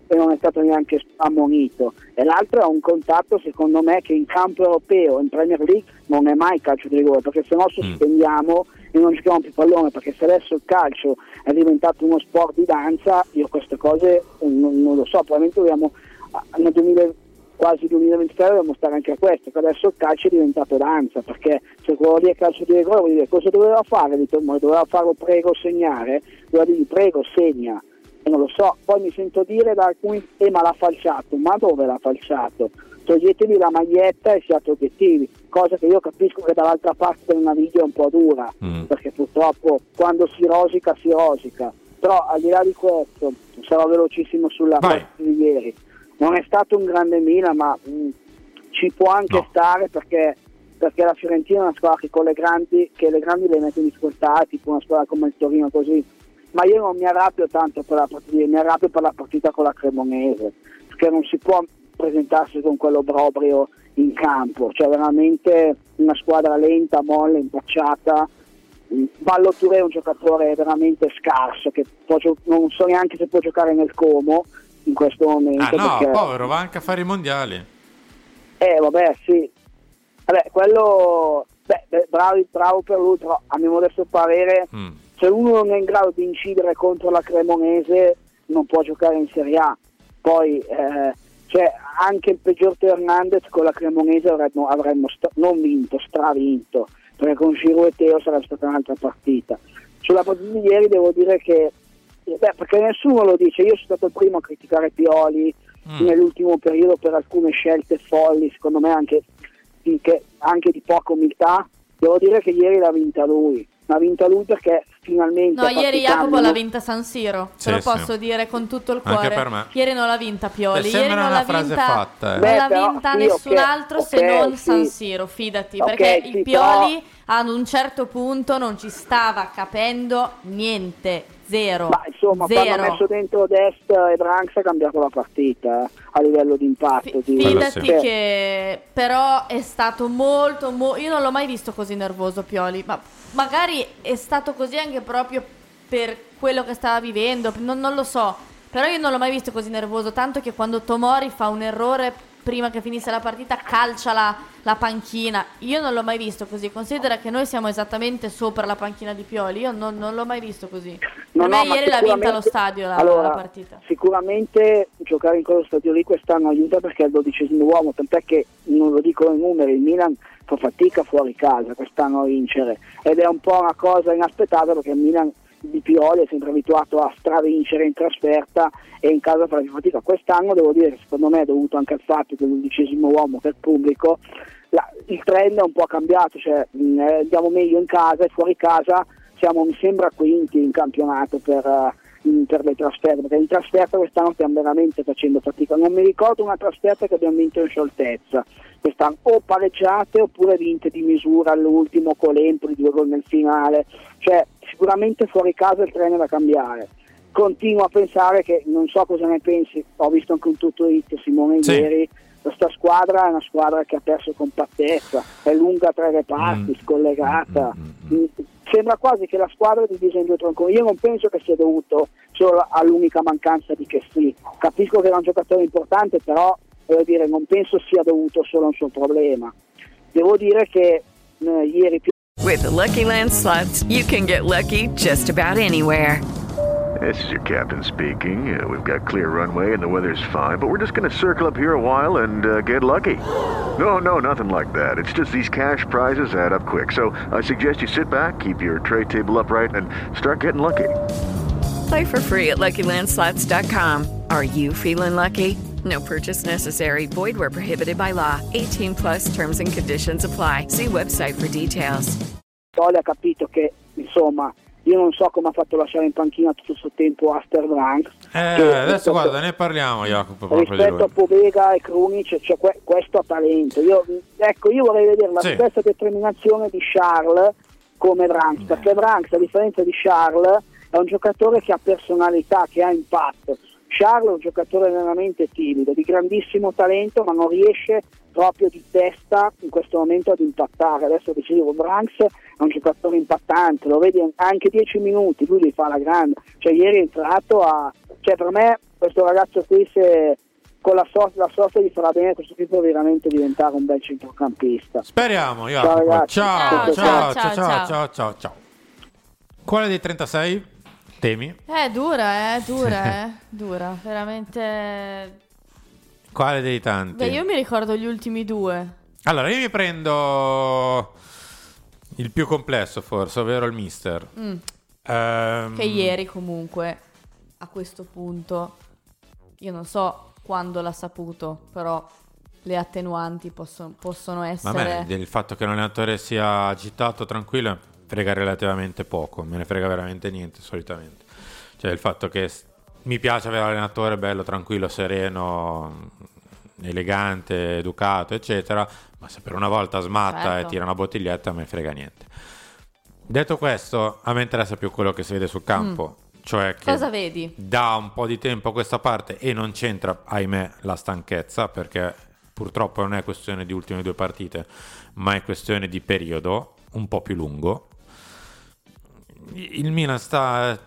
S4: e non è stato neanche ammonito, e l'altro è un contatto secondo me che in campo europeo, in Premier League, non è mai calcio di rigore, perché se no sospendiamo e non giochiamo più pallone, perché se adesso il calcio è diventato uno sport di danza, io queste cose non lo so, probabilmente dobbiamo nel quasi 2023 dobbiamo stare anche a questo, che adesso il calcio è diventato danza, perché se quello lì è calcio di rigore vuol dire cosa doveva fare, doveva farlo prego segnare, doveva dirgli prego segna, e non lo so, poi mi sento dire da alcuni ma l'ha falciato, ma dove l'ha falciato? Toglietevi la maglietta e siate obiettivi, cosa che io capisco che dall'altra parte del naviglio è un po' dura, perché purtroppo quando si rosica, però al di là di questo, sarò velocissimo sulla partita di ieri. Non è stato un grande Milan, ma ci può anche stare perché la Fiorentina è una squadra che con le grandi le mette in difficoltà, tipo una squadra come il Torino così. Ma io non mi arrabbio tanto per la partita, mi arrabbio per la partita con la Cremonese, perché non si può presentarsi con quell'obbrobrio in campo, cioè veramente una squadra lenta, molle, impacciata. Ballo Touré è un giocatore veramente scarso, che non so neanche se può giocare nel Como in questo momento.
S12: No, povero, va anche a fare i mondiali.
S4: Vabbè, sì. Vabbè, quello bravo per lui, però a mio modesto parere se uno non è in grado di incidere contro la Cremonese non può giocare in Serie A. Poi cioè anche il peggior Teo Hernandez con la Cremonese avremmo non vinto, stravinto, perché con Giroud e Teo sarebbe stata un'altra partita. Sulla partita di ieri devo dire che perché nessuno lo dice, io sono stato il primo a criticare Pioli nell'ultimo periodo per alcune scelte folli, secondo me anche di poca umiltà. Devo dire che ieri l'ha vinta lui perché finalmente
S13: ieri Jacopo l'ha vinta San Siro, te lo posso dire con tutto il cuore.
S12: Anche per me.
S13: Ieri non l'ha vinta Pioli,
S12: sembra
S13: ieri non
S12: una
S13: l'ha
S12: frase
S13: vinta
S12: fatta,
S13: non l'ha vinta nessun altro se non San Siro, fidati, perché il Pioli ad un certo punto non ci stava capendo niente, zero.
S4: Ma insomma, quando ha messo dentro Dest e Branks ha cambiato la partita a livello di impatto.
S13: Fidati che però è stato molto io non l'ho mai visto così nervoso Pioli, ma magari è stato così anche proprio per quello che stava vivendo, non lo so, però io non l'ho mai visto così nervoso, tanto che quando Tomori fa un errore prima che finisse la partita calcia la panchina, io non l'ho mai visto così. Considera che noi siamo esattamente sopra la panchina di Pioli, io non l'ho mai visto così. Per me ieri l'ha vinta lo stadio la partita.
S4: Sicuramente giocare in quello stadio lì quest'anno aiuta perché è il 12° uomo, tant'è che non lo dicono i numeri, il Milan fa fatica fuori casa quest'anno a vincere, ed è un po' una cosa inaspettata perché il Milan di Pioli è sempre abituato a stravincere in trasferta e in casa fa più fatica. Quest'anno devo dire che secondo me è dovuto anche al fatto che l'11° uomo, che è il pubblico, il trend è un po' cambiato, cioè andiamo meglio in casa e fuori casa siamo mi sembra quinti in campionato per le trasferte, perché in trasferta quest'anno stiamo veramente facendo fatica. Non mi ricordo una trasferta che abbiamo vinto in scioltezza quest'anno, o pareggiate oppure vinte di misura all'ultimo con l'Empoli, 2 gol nel finale, cioè sicuramente fuori casa il treno è da cambiare. Continuo a pensare che, non so cosa ne pensi, ho visto anche un tutto Simone ieri, questa squadra è una squadra che ha perso compattezza, è lunga 3 reparti, scollegata, sembra quasi che la squadra è divisa in 2 tronconi. Io non penso che sia dovuto solo all'unica mancanza di Kessie, capisco che era un giocatore importante, però devo dire, non penso sia dovuto solo a un suo problema. Devo dire che ieri
S1: With the Lucky Land Slots, you can get lucky just about anywhere.
S16: This is your captain speaking. We've got clear runway and the weather's fine, but we're just going to circle up here a while and get lucky. No, nothing like that. It's just these cash prizes add up quick. So I suggest you sit back, keep your tray table upright, and start getting lucky.
S1: Play for free at LuckyLandSlots.com. Are you feeling lucky? No purchase necessary. Void where prohibited by law. 18+ terms and conditions apply. See website for details.
S4: Pioli ha capito che, insomma, io non so come ha fatto lasciare in panchina tutto questo tempo Aster Branks.
S12: Adesso guarda, ne parliamo, Jacopo.
S4: Rispetto a Pobega e Krunic, cioè questo ha talento. Io vorrei vedere la stessa determinazione di Charles come Branks, perché Branks, a differenza di Charles, è un giocatore che ha personalità, che ha impatto. Charles è un giocatore veramente timido, di grandissimo talento, ma non riesce proprio di testa in questo momento ad impattare. Adesso dicevo, Branks è un giocatore impattante, lo vedi anche 10 minuti, lui li fa la grande, cioè ieri è entrato cioè per me questo ragazzo qui, se con la sorte gli farà bene, questo tipo veramente diventare un bel centrocampista.
S12: Speriamo.
S4: Ciao ragazzi.
S12: Ciao. Quale dei 36 temi?
S13: Dura, veramente.
S12: Quale dei tanti?
S13: Beh, io mi ricordo gli ultimi 2.
S12: Allora, io mi prendo il più complesso forse, ovvero il mister.
S13: Che ieri comunque, a questo punto, io non so quando l'ha saputo, però le attenuanti possono essere...
S12: Ma a me il fatto che l'allenatore sia agitato, tranquillo, frega relativamente poco, me ne frega veramente niente solitamente. Cioè il fatto che mi piace avere l'allenatore bello, tranquillo, sereno, elegante, educato, eccetera, ma se per una volta smatta e tira una bottiglietta, me ne frega niente. Detto questo, a me interessa più quello che si vede sul campo, cioè che
S13: cosa vedi?
S12: Da un po' di tempo a questa parte, e non c'entra, ahimè, la stanchezza, perché purtroppo non è questione di ultime 2 partite, ma è questione di periodo un po' più lungo. Il Milan sta...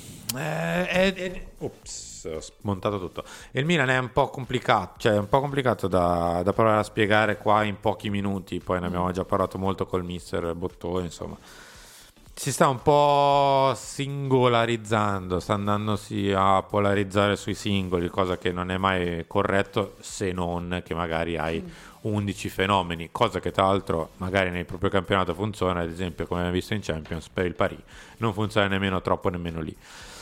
S12: Ops, ho smontato tutto. Il Milan è un po' complicato, cioè è un po' complicato da provare a spiegare qua in pochi minuti. Poi ne abbiamo già parlato molto col mister Bottone, insomma. Si sta un po' singolarizzando, sta andandosi a polarizzare sui singoli, cosa che non è mai corretto, se non che magari hai 11 fenomeni, cosa che tra l'altro magari nel proprio campionato funziona, ad esempio come abbiamo visto in Champions per il Paris, non funziona nemmeno troppo nemmeno lì.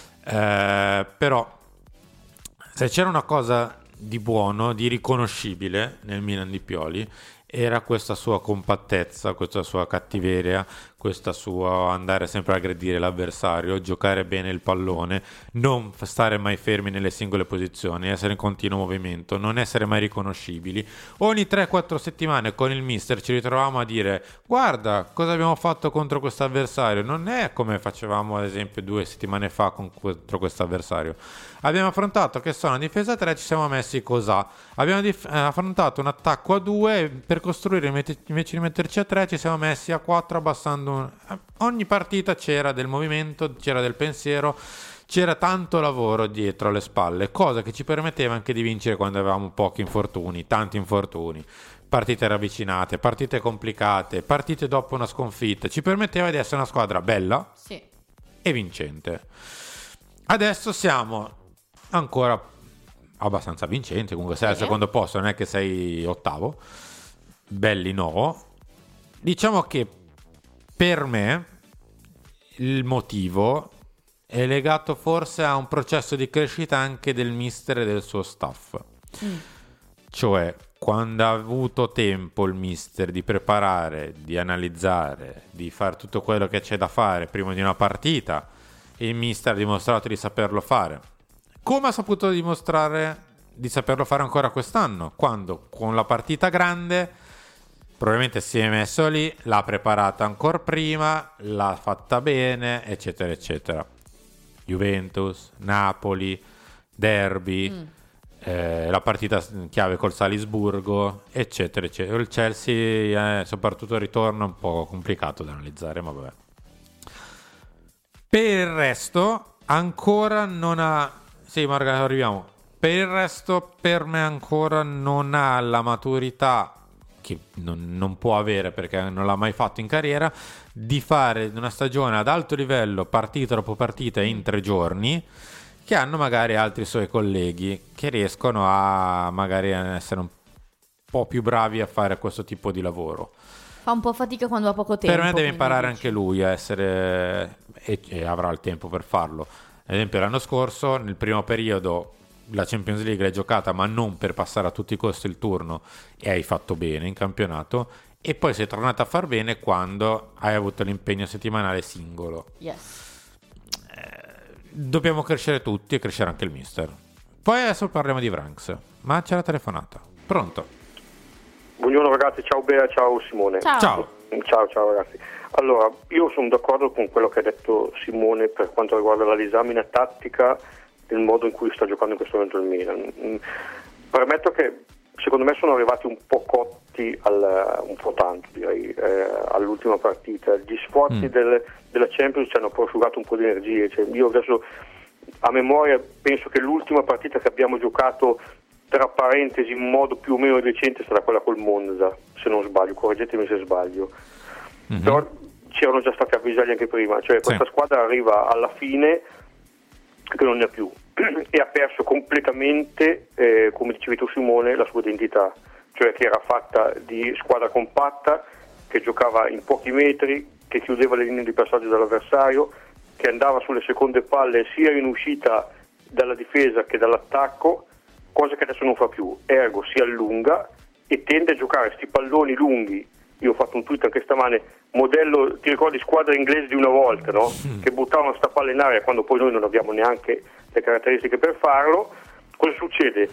S12: Però se c'era una cosa di buono, di riconoscibile nel Milan di Pioli, era questa sua compattezza, questa sua cattiveria, questa sua andare sempre a aggredire l'avversario, giocare bene il pallone, non stare mai fermi nelle singole posizioni, essere in continuo movimento, non essere mai riconoscibili. Ogni 3-4 settimane con il mister ci ritrovavamo a dire: guarda cosa abbiamo fatto contro questo avversario, non è come facevamo ad esempio 2 settimane fa contro questo avversario. Abbiamo affrontato che sono a difesa 3, ci siamo messi cos'ha, abbiamo affrontato un attacco a 2, per costruire invece di metterci a 3 ci siamo messi a 4 abbassando ogni partita c'era del movimento, c'era del pensiero, c'era tanto lavoro dietro le spalle, cosa che ci permetteva anche di vincere quando avevamo pochi infortuni, tanti infortuni, partite ravvicinate, partite complicate, partite dopo una sconfitta, ci permetteva di essere una squadra bella e vincente. Adesso siamo ancora abbastanza vincenti, comunque sei al secondo posto, non è che sei ottavo, belli no. Diciamo che per me il motivo è legato forse a un processo di crescita anche del mister e del suo staff. Cioè, quando ha avuto tempo il mister di preparare, di analizzare, di fare tutto quello che c'è da fare prima di una partita, il mister ha dimostrato di saperlo fare. Come ha saputo dimostrare di saperlo fare ancora quest'anno? Quando con la partita grande probabilmente si è messo lì, l'ha preparata ancora prima, l'ha fatta bene, eccetera eccetera. Juventus, Napoli, Derby, la partita chiave col Salisburgo, eccetera eccetera. Il Chelsea soprattutto il ritorno è un po' complicato da analizzare, ma vabbè. Per il resto ancora non ha... Sì, Marga, arriviamo. Per il resto per me ancora non ha la maturità che non può avere perché non l'ha mai fatto in carriera, di fare una stagione ad alto livello partita dopo partita in 3 giorni, che hanno magari altri suoi colleghi che riescono a magari essere un po' più bravi a fare questo tipo di lavoro.
S13: Fa un po' fatica quando ha poco tempo.
S12: Per me deve imparare anche lui a essere, e avrà il tempo per farlo. Ad esempio l'anno scorso nel primo periodo la Champions League l'hai giocata, ma non per passare a tutti i costi il turno, e hai fatto bene in campionato, e poi sei tornato a far bene quando hai avuto l'impegno settimanale singolo. Dobbiamo crescere tutti e crescere anche il mister. Poi adesso parliamo di Vranks, ma c'è la telefonata. Pronto?
S2: Buongiorno ragazzi, ciao Bea, ciao Simone.
S12: Ciao
S2: Ragazzi. Allora, io sono d'accordo con quello che ha detto Simone per quanto riguarda la disamina tattica, il modo in cui sta giocando in questo momento il Milan. Premetto che secondo me sono arrivati un po' cotti, un po' tanto direi, all'ultima partita. Gli sforzi della Champions ci hanno prosciugato un po' di energie. Cioè, io adesso a memoria penso che l'ultima partita che abbiamo giocato, tra parentesi, in modo più o meno decente, sarà quella col Monza, se non sbaglio, correggetemi se sbaglio. Però c'erano già stati avvisati anche prima, cioè questa squadra arriva alla fine che non ne ha più e ha perso completamente, come dicevi tu Simone, la sua identità, cioè che era fatta di squadra compatta, che giocava in pochi metri, che chiudeva le linee di passaggio dell'avversario, che andava sulle seconde palle sia in uscita dalla difesa che dall'attacco, cosa che adesso non fa più, ergo si allunga e tende a giocare sti palloni lunghi. Io ho fatto un tweet anche stamane, modello, ti ricordi, squadra inglese di una volta, no? Che buttavano sta palla in aria quando poi noi non abbiamo neanche le caratteristiche per farlo. Cosa succede?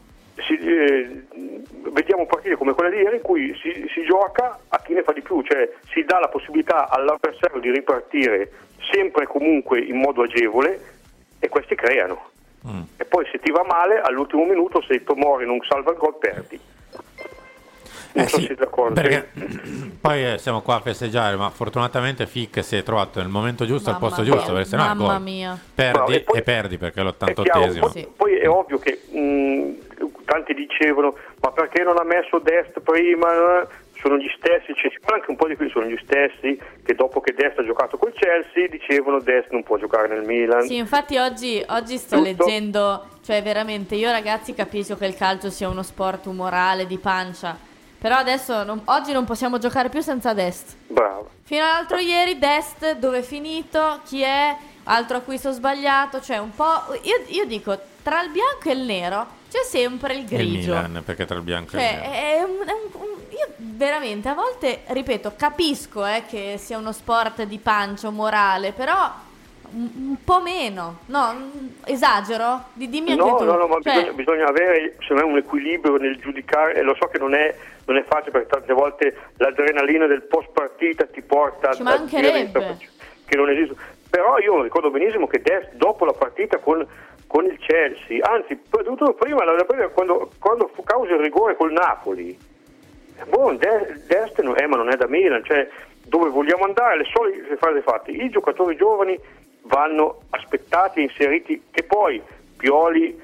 S2: Vediamo partite come quella di ieri in cui si gioca a chi ne fa di più, cioè si dà la possibilità all'avversario di ripartire sempre e comunque in modo agevole e questi creano. E poi se ti va male all'ultimo minuto, se il Tomori non salva il gol, perdi. Non so se siete d'accordo.
S12: Perché poi siamo qua a festeggiare, ma fortunatamente Fick si è trovato nel momento giusto al posto giusto, perché sennò
S13: Mamma mia.
S12: perdi
S2: e poi,
S12: e perdi perché è
S2: l'88esimo. Poi è ovvio che tanti dicevano ma perché non ha messo Dest prima? Sono gli stessi, ci parla anche un po' di qui, sono gli stessi che dopo che Dest ha giocato col Chelsea dicevano Dest non può giocare nel Milan.
S13: Sì, infatti oggi sto leggendo, cioè veramente io ragazzi capisco che il calcio sia uno sport umorale di pancia, però adesso oggi non possiamo giocare più senza Dest.
S2: Bravo.
S13: Fino all'altro ieri Dest dove è finito, chi è, altro acquisto sbagliato, cioè un po', io dico tra il bianco e il nero c'è sempre il grigio.
S12: Il Milan, perché tra il bianco e il nero.
S13: Cioè, io veramente a volte, ripeto, capisco che sia uno sport di pancia morale, però un po' meno. No, esagero? Dimmi anche tu.
S2: No, ma bisogna avere, secondo me, un equilibrio nel giudicare, e lo so che non è facile perché tante volte l'adrenalina del post partita ti porta
S13: Ci mancherebbe.
S2: Che non esiste. Però io ricordo benissimo che dopo la partita con il Chelsea, anzi prima quando fu causa il rigore col Napoli, Dest ma non è da Milan, cioè dove vogliamo andare, le solite frasi fatte, i giocatori giovani vanno aspettati e inseriti, che poi Pioli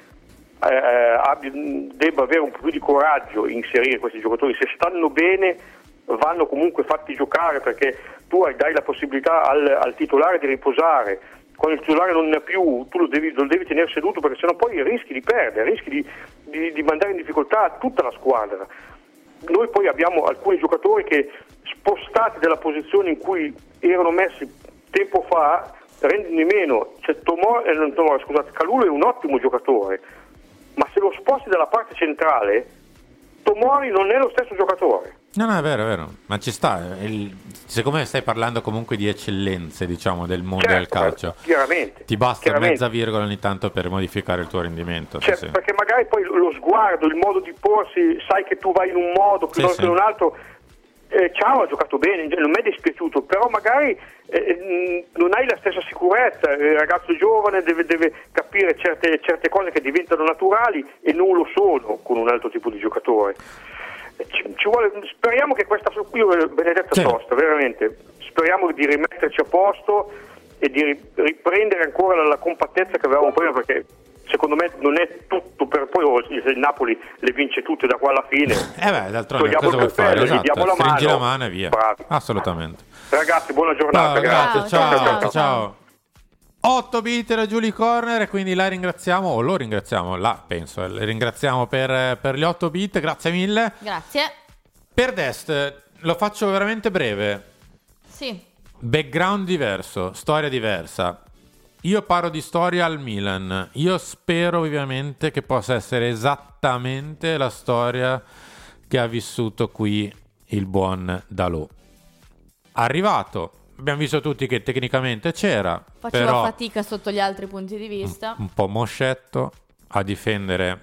S2: debba avere un po' più di coraggio in inserire questi giocatori, se stanno bene vanno comunque fatti giocare, perché tu dai la possibilità al titolare di riposare. Quando il titolare non ne ha più, tu lo devi tenere seduto, perché sennò poi rischi di perdere, rischi di mandare in difficoltà tutta la squadra. Noi poi abbiamo alcuni giocatori che, spostati dalla posizione in cui erano messi tempo fa, rendono di meno. Kalulu è un ottimo giocatore, ma se lo sposti dalla parte centrale, Tomori non è lo stesso giocatore.
S12: No, è vero, ma ci sta. Siccome stai parlando comunque di eccellenze, diciamo, del mondo del calcio,
S2: chiaramente,
S12: ti basta mezza virgola ogni tanto per modificare il tuo rendimento.
S2: Sì. Perché magari poi lo sguardo, il modo di porsi, sai che tu vai in un modo piuttosto che in un altro. Ciao, ha giocato bene, non mi è dispiaciuto, però magari non hai la stessa sicurezza. Il ragazzo giovane deve capire certe cose che diventano naturali e non lo sono con un altro tipo di giocatore. Ci vuole, speriamo che questa benedetta sosta, veramente speriamo di rimetterci a posto e di riprendere ancora la compattezza che avevamo prima, perché secondo me non è tutto per poi se il Napoli le vince tutte da qua alla fine.
S12: D'altronde cosa vuoi fare? Esatto, stringi la mano e via. Bravi. Assolutamente.
S2: Ragazzi, buona giornata.
S12: Grazie. Ciao. 8 bit da Julie Corner, quindi la ringraziamo, le ringraziamo per gli 8 bit, grazie mille.
S13: Grazie.
S12: Per Dest, lo faccio veramente breve.
S13: Sì.
S12: Background diverso, storia diversa. Io parlo di storia al Milan. Io spero vivamente che possa essere esattamente la storia che ha vissuto qui il buon Dalot. Arrivato, abbiamo visto tutti che tecnicamente c'era,
S13: faceva
S12: però
S13: fatica sotto gli altri punti di vista,
S12: un po' moscetto, a difendere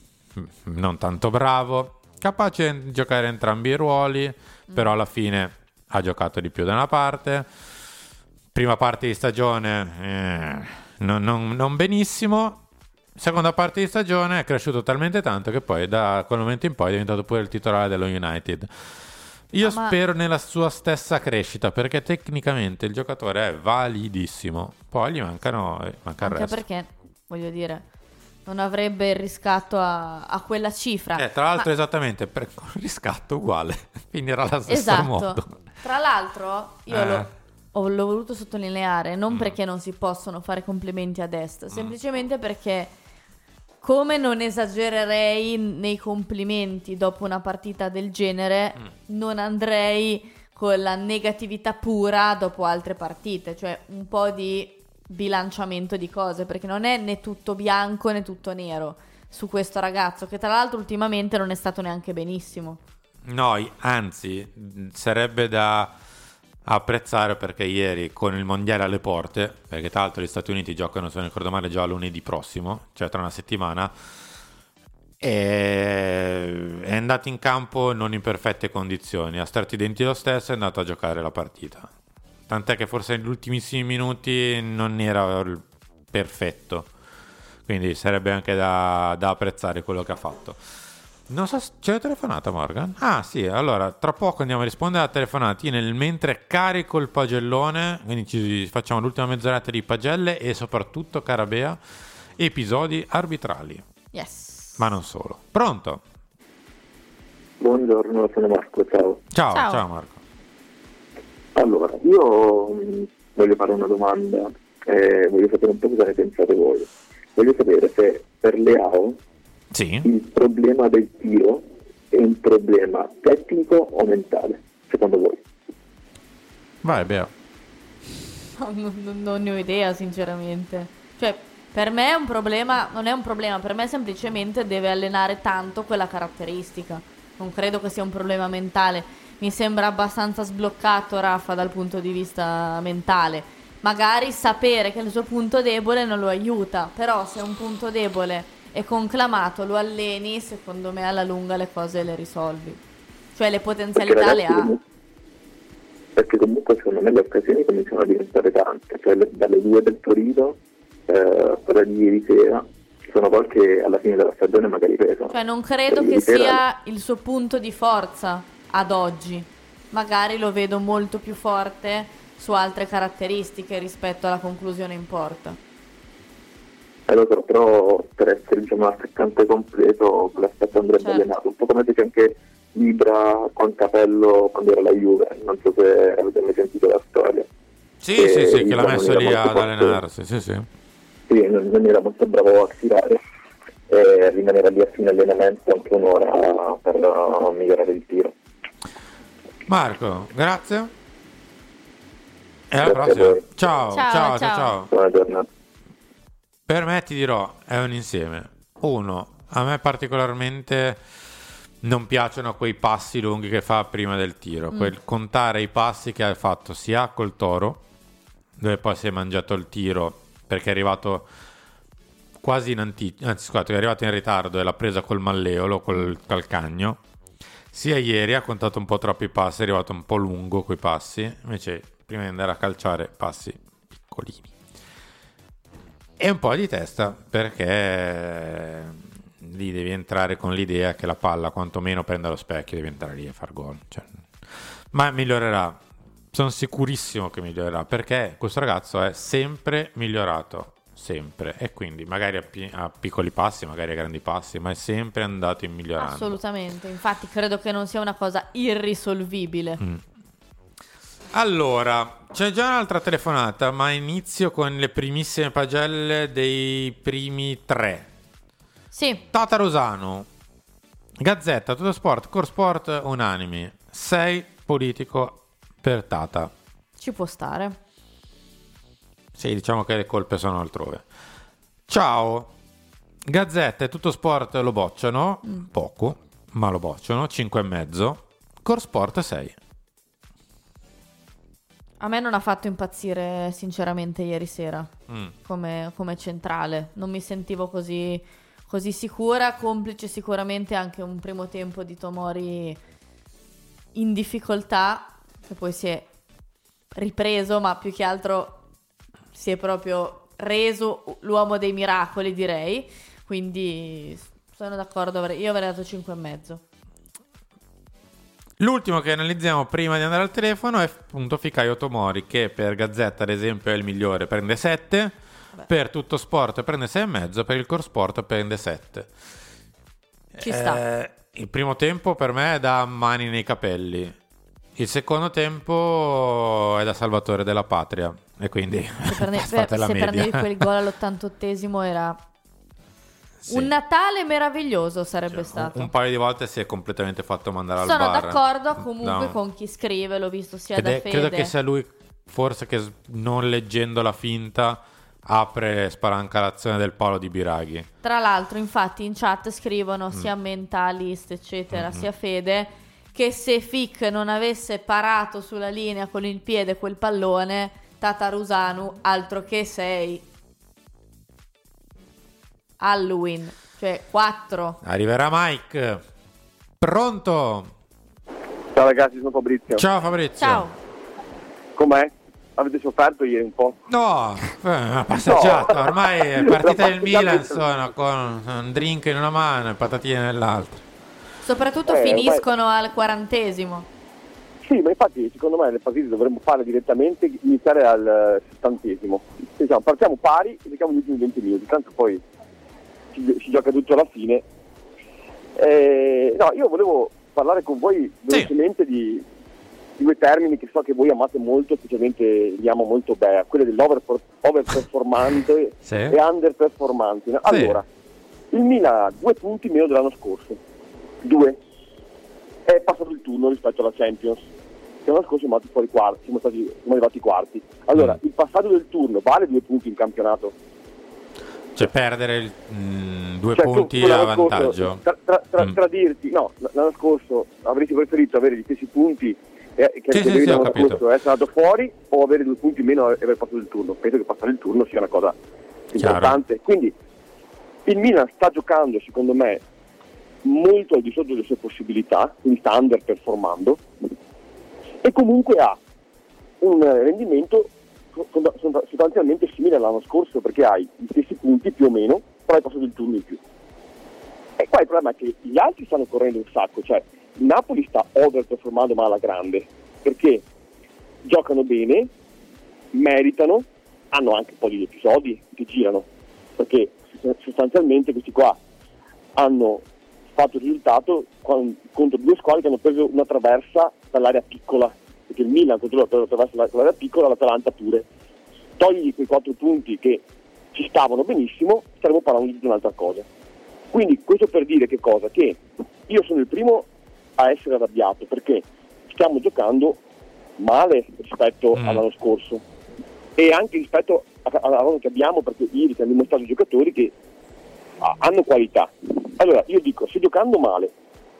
S12: non tanto bravo, capace di giocare entrambi i ruoli, però alla fine ha giocato di più da una parte. Prima parte di stagione non benissimo, seconda parte di stagione è cresciuto talmente tanto che poi da quel momento in poi è diventato pure il titolare dello United. Io spero nella sua stessa crescita, perché tecnicamente il giocatore è validissimo, poi gli manca il resto.
S13: Perché voglio dire, non avrebbe il riscatto a quella cifra.
S12: Tra l'altro esattamente, per il riscatto uguale, finirà allo stesso
S13: Esatto.
S12: modo.
S13: Tra l'altro io l'ho voluto sottolineare non perché non si possono fare complimenti ad Est, semplicemente perché come non esagererei nei complimenti dopo una partita del genere, non andrei con la negatività pura dopo altre partite, cioè un po' di bilanciamento di cose, perché non è né tutto bianco né tutto nero su questo ragazzo, che tra l'altro ultimamente non è stato neanche benissimo.
S12: No, anzi, sarebbe da apprezzare, perché ieri con il mondiale alle porte, perché tra l'altro gli Stati Uniti giocano, se non ricordo male, già lunedì prossimo, cioè tra una settimana, è andato in campo non in perfette condizioni, a starti i denti lo stesso, è andato a giocare la partita, tant'è che forse negli ultimissimi minuti non era perfetto, quindi sarebbe anche da apprezzare quello che ha fatto. Non so, c'è la telefonata, Morgan? Ah sì, allora tra poco andiamo a rispondere alla telefonata. Io nel mentre carico il pagellone, quindi ci facciamo l'ultima mezz'oretta di pagelle e soprattutto, cara Bea, episodi arbitrali.
S13: Yes.
S12: Ma non solo. Pronto?
S5: Buongiorno, sono Marco, ciao.
S12: Ciao Marco.
S5: Allora, io voglio fare una domanda, voglio sapere un po' cosa ne pensate voi. Voglio sapere se per Leao il problema del tiro è un problema tecnico o mentale, secondo voi?
S12: Vai, Bea.
S13: Non ne ho idea, sinceramente. Cioè, per me è un problema, non è un problema, per me semplicemente deve allenare tanto quella caratteristica. Non credo che sia un problema mentale. Mi sembra abbastanza sbloccato Rafa dal punto di vista mentale. Magari sapere che il suo punto debole non lo aiuta, però se è un punto debole e conclamato lo alleni, secondo me alla lunga le cose le risolvi, cioè le potenzialità le ha,
S5: perché comunque secondo me le occasioni cominciano a diventare tante, cioè dalle 2 del Torino, quella di ieri sera, sono gol che alla fine della stagione magari pesano,
S13: cioè non credo che sia il suo punto di forza ad oggi, magari lo vedo molto più forte su altre caratteristiche rispetto alla conclusione in porta.
S5: Allora, però per essere un attaccante completo l'aspetto andrebbe allenato, un po' come dice anche Ibra con Capello quando era la Juve, non so se avete mai sentito la storia.
S12: Sì, che l'ha messo lì ad allenarsi, sì,
S5: non era molto bravo a tirare e rimanere lì a fine allenamento anche un'ora per migliorare il tiro.
S12: Marco, grazie e alla prossima. Ciao.
S5: Buona giornata.
S12: Per me, ti dirò, è un insieme. Uno, a me particolarmente non piacciono quei passi lunghi che fa prima del tiro, quel contare i passi che ha fatto sia col Toro, dove poi si è mangiato il tiro perché è arrivato quasi in è arrivato in ritardo e l'ha presa col malleolo, col calcagno. Sia ieri ha contato un po' troppi passi, è arrivato un po' lungo quei passi, invece prima di andare a calciare passi piccolini. E un po' di testa, perché lì devi entrare con l'idea che la palla quantomeno prenda lo specchio, devi entrare lì e far gol. Cioè, ma migliorerà, sono sicurissimo che migliorerà, perché questo ragazzo è sempre migliorato, sempre, e quindi magari a piccoli passi, magari a grandi passi, ma è sempre andato in migliorando.
S13: Assolutamente, infatti credo che non sia una cosa irrisolvibile.
S12: Allora, c'è già un'altra telefonata, ma inizio con le primissime pagelle dei primi 3.
S13: Sì.
S12: Tata Rosano, Gazzetta, Tuttosport, Corsport, unanimi. 6 politico per Tata.
S13: Ci può stare.
S12: Sì, diciamo che le colpe sono altrove. Ciao, Gazzetta e Tuttosport lo bocciano, poco, ma lo bocciano, 5,5. Corsport 6.
S13: A me non ha fatto impazzire sinceramente ieri sera come centrale, non mi sentivo così sicura, complice sicuramente anche un primo tempo di Tomori in difficoltà, che poi si è ripreso, ma più che altro si è proprio reso l'uomo dei miracoli, direi, quindi sono d'accordo, io avrei dato 5,5.
S12: L'ultimo che analizziamo prima di andare al telefono è appunto Fikayo Tomori, che per Gazzetta ad esempio è il migliore, prende 7, Per Tutto Sport prende 6,5, per il Core Sport prende 7.
S13: Ci sta.
S12: Il primo tempo per me è da mani nei capelli. Il secondo tempo è da salvatore della patria. E quindi
S13: se prendevi quel gol all'88esimo era un Natale meraviglioso sarebbe stato.
S12: Un paio di volte si è completamente fatto mandare al bar.
S13: Sono d'accordo comunque con chi scrive, l'ho visto sia da Fede.
S12: Credo che sia lui forse che non leggendo la finta apre sparancalazione del palo di Biraghi.
S13: Tra l'altro infatti in chat scrivono sia Mentalist eccetera sia Fede che se Fic non avesse parato sulla linea con il piede quel pallone, Tatarusanu altro che 6 Halloween, cioè 4.
S12: Arriverà Mike. Pronto?
S6: Ciao ragazzi, sono Fabrizio.
S12: Ciao Fabrizio.
S13: Ciao.
S6: Com'è? Avete sofferto ieri un po'?
S12: No, una passeggiata. Ormai è partita del Milan, sono con un drink in una mano e patatine nell'altra.
S13: Soprattutto finiscono al 40esimo.
S6: Sì, ma infatti secondo me le partite dovremmo fare direttamente, iniziare al 70esimo. Diciamo, partiamo pari e giochiamo gli ultimi 20 minuti, tanto poi si gioca tutto alla fine. No, io volevo parlare con voi velocemente di due termini che so che voi amate molto, specialmente li amo molto bene, quelli dell'overperformante e underperformante. No? Allora, il Milan ha 2 punti meno dell'anno scorso, 2. È passato il turno rispetto alla Champions, che l'anno scorso siamo andati fuori quarti, siamo arrivati quarti. Allora, il passaggio del turno vale 2 punti in campionato?
S12: Cioè perdere 2 punti a vantaggio.
S6: Tra dirti, no, l'anno scorso avresti preferito avere gli stessi punti che l'anno scorso essere andato fuori o avere 2 punti in meno e aver passato il turno. Penso che passare il turno sia una cosa importante. Quindi il Milan sta giocando, secondo me, molto al di sotto delle sue possibilità, quindi sta underperformando e comunque ha un rendimento sostanzialmente simile all'anno scorso, perché hai gli stessi punti più o meno, però hai passato il turno in più. E qua il problema è che gli altri stanno correndo un sacco, cioè il Napoli sta overperformando ma alla grande, perché giocano bene, meritano, hanno anche un po' di episodi che girano, perché sostanzialmente questi qua hanno fatto il risultato contro 2 squadre che hanno preso una traversa dall'area piccola, perché il Milan controlla la traversa dall'area piccola, l'Atalanta pure. Togli quei 4 punti che ci stavano benissimo, staremo parlando di un'altra cosa. Quindi questo per dire che cosa? Che io sono il primo a essere arrabbiato, perché stiamo giocando male rispetto all'anno scorso e anche rispetto alla cosa che abbiamo, perché ieri ci hanno dimostrato i giocatori che hanno qualità. Allora io dico, se giocando male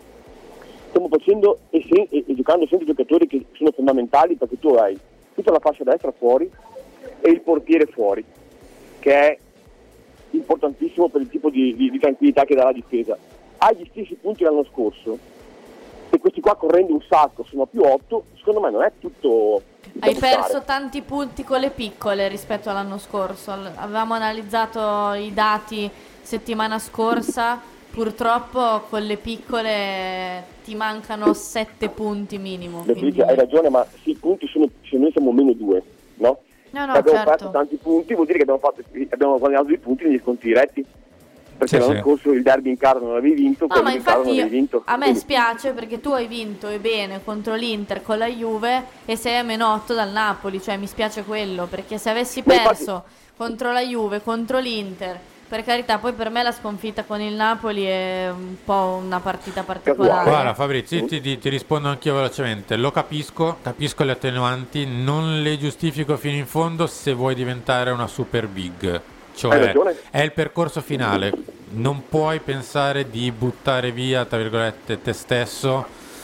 S6: stiamo facendo e giocando senza giocatori che sono fondamentali, perché tu hai tutta la fascia destra fuori e il portiere fuori, che è importantissimo per il tipo di tranquillità che dà la difesa, hai gli stessi punti dell'anno scorso e questi qua correndo un sacco sono più 8, secondo me non è tutto.
S13: Hai perso tanti punti con le piccole rispetto all'anno scorso. Avevamo analizzato i dati settimana scorsa, purtroppo con le piccole ti mancano 7 punti minimo.
S6: Quindi... Hai ragione, ma sì, i punti sono, se noi siamo meno 2, no?
S13: No,
S6: abbiamo perso tanti punti, vuol dire che abbiamo guadagnato i punti negli sconti diretti, perché l'anno scorso il derby in casa non l'avevi vinto, quello in casa non l'avevi vinto.
S13: A me spiace perché tu hai vinto e bene contro l'Inter con la Juve e sei a -8 dal Napoli, cioè mi spiace quello, perché se avessi perso contro la Juve, contro l'Inter, per carità, poi per me la sconfitta con il Napoli è un po' una partita particolare.
S12: Guarda Fabrizio, ti rispondo anch'io velocemente. Lo capisco le attenuanti, non le giustifico fino in fondo se vuoi diventare una super big. Cioè è il percorso finale, non puoi pensare di buttare via, tra virgolette, te stesso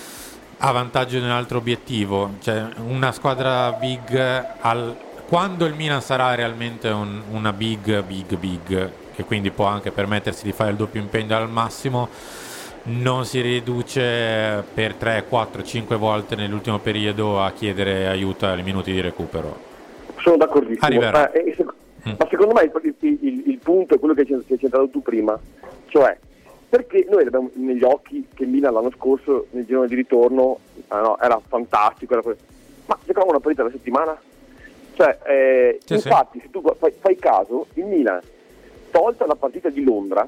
S12: a vantaggio di un altro obiettivo. Cioè una squadra big, quando il Milan sarà realmente una big, che quindi può anche permettersi di fare il doppio impegno al massimo, non si riduce per 3, 4, 5 volte nell'ultimo periodo a chiedere aiuto ai minuti di recupero.
S6: Sono d'accordissimo.
S12: Arriverà.
S6: Ma secondo me il punto è quello che ci hai centrato tu prima, cioè perché noi abbiamo negli occhi che il Milan l'anno scorso nel girone di ritorno era fantastico, ma giocavamo una partita alla settimana Cioè, infatti, se tu fai caso, il Milan, tolta la partita di Londra,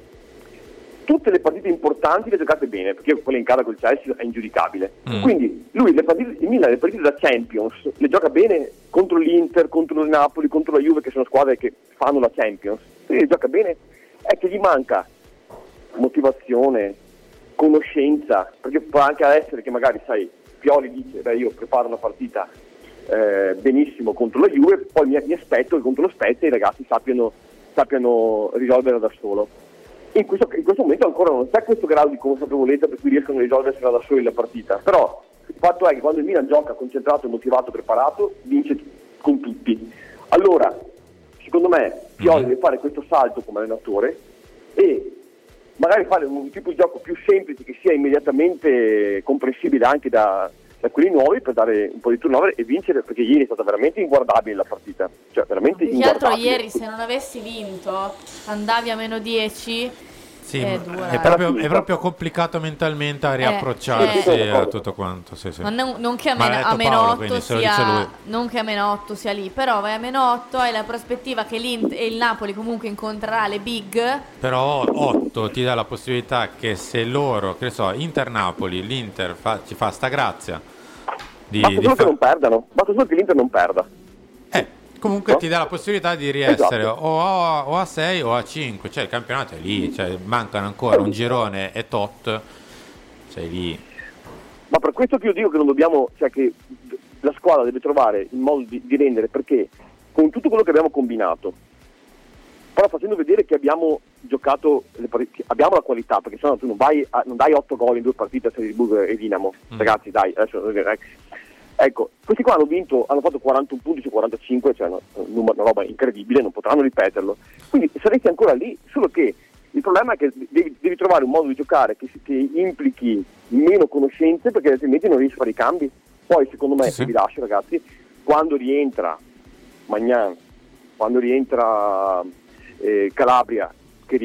S6: tutte le partite importanti le giocate bene, perché quella in casa col Chelsea è ingiudicabile. Quindi lui il Milan le partite da Champions le gioca bene contro l'Inter, contro il Napoli, contro la Juve, che sono squadre che fanno la Champions. Quindi le gioca bene, è che gli manca motivazione, conoscenza, perché può anche essere che magari, sai, Pioli dice, io preparo una partita benissimo contro la Juve, poi mi aspetto che contro lo Spezia i ragazzi sappiano risolverla da solo. In questo momento ancora non c'è questo grado di consapevolezza per cui riescono a risolversela da soli la partita, però il fatto è che quando il Milan gioca concentrato, motivato, preparato, vince con tutti. Allora, secondo me, Pioli deve fare questo salto come allenatore e magari fare un tipo di gioco più semplice che sia immediatamente comprensibile anche da quelli nuovi, per dare un po' di turnover e vincere, perché ieri è stata veramente inguardabile la partita, cioè veramente
S13: più che altro
S6: inguardabile.
S13: ieri, se non avessi vinto andavi a -10.
S12: Sì, è proprio complicato mentalmente a riapprocciarsi a tutto quanto. Sì.
S13: Non che a -8 sia, non che a -8 sia lì, però vai a -8, hai la prospettiva che il Napoli comunque incontrerà le big.
S12: Però 8 ti dà la possibilità che se loro, che so, Inter-Napoli, l'Inter ci fa sta grazia
S6: basta solo che non perdano, basta solo che l'Inter non perda.
S12: Comunque ti dà la possibilità di riessere o a 6 o a 5, cioè il campionato è lì, cioè mancano ancora un girone e tot, sei lì.
S6: Ma per questo che io dico che non dobbiamo, cioè che la squadra deve trovare il modo di rendere, perché con tutto quello che abbiamo combinato, però facendo vedere che abbiamo giocato, abbiamo la qualità, perché sennò tu non dai 8 gol in 2 partite a Salisburgo e Dinamo, ragazzi dai, adesso... Ecco, questi qua hanno fatto 41 punti su 45, cioè una roba incredibile, non potranno ripeterlo. Quindi saresti ancora lì, solo che il problema è che devi trovare un modo di giocare che implichi meno conoscenze, perché altrimenti non riesci a fare i cambi. Poi secondo me, vi lascio ragazzi, quando rientra Magnan, quando rientra Calabria,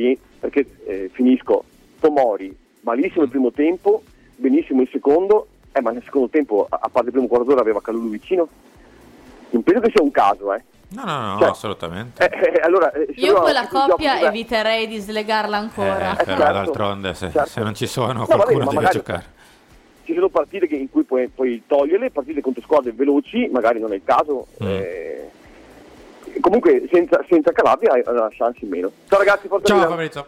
S6: perché finisco, Tomori, malissimo il primo tempo, benissimo il secondo, ma nel secondo tempo, a parte il primo quarto d'ora, aveva Kalulu vicino. Non penso che sia un caso,
S12: No, cioè, assolutamente.
S6: Allora,
S13: io quella coppia eviterei di slegarla ancora.
S12: Però d'altronde, se non ci sono, qualcuno deve giocare.
S6: Ci sono partite in cui puoi toglierle, partite contro squadre veloci, magari non è il caso. Comunque, senza Calabria hai una chance in meno. Ciao ragazzi, forza
S12: ciao
S6: Fabrizio.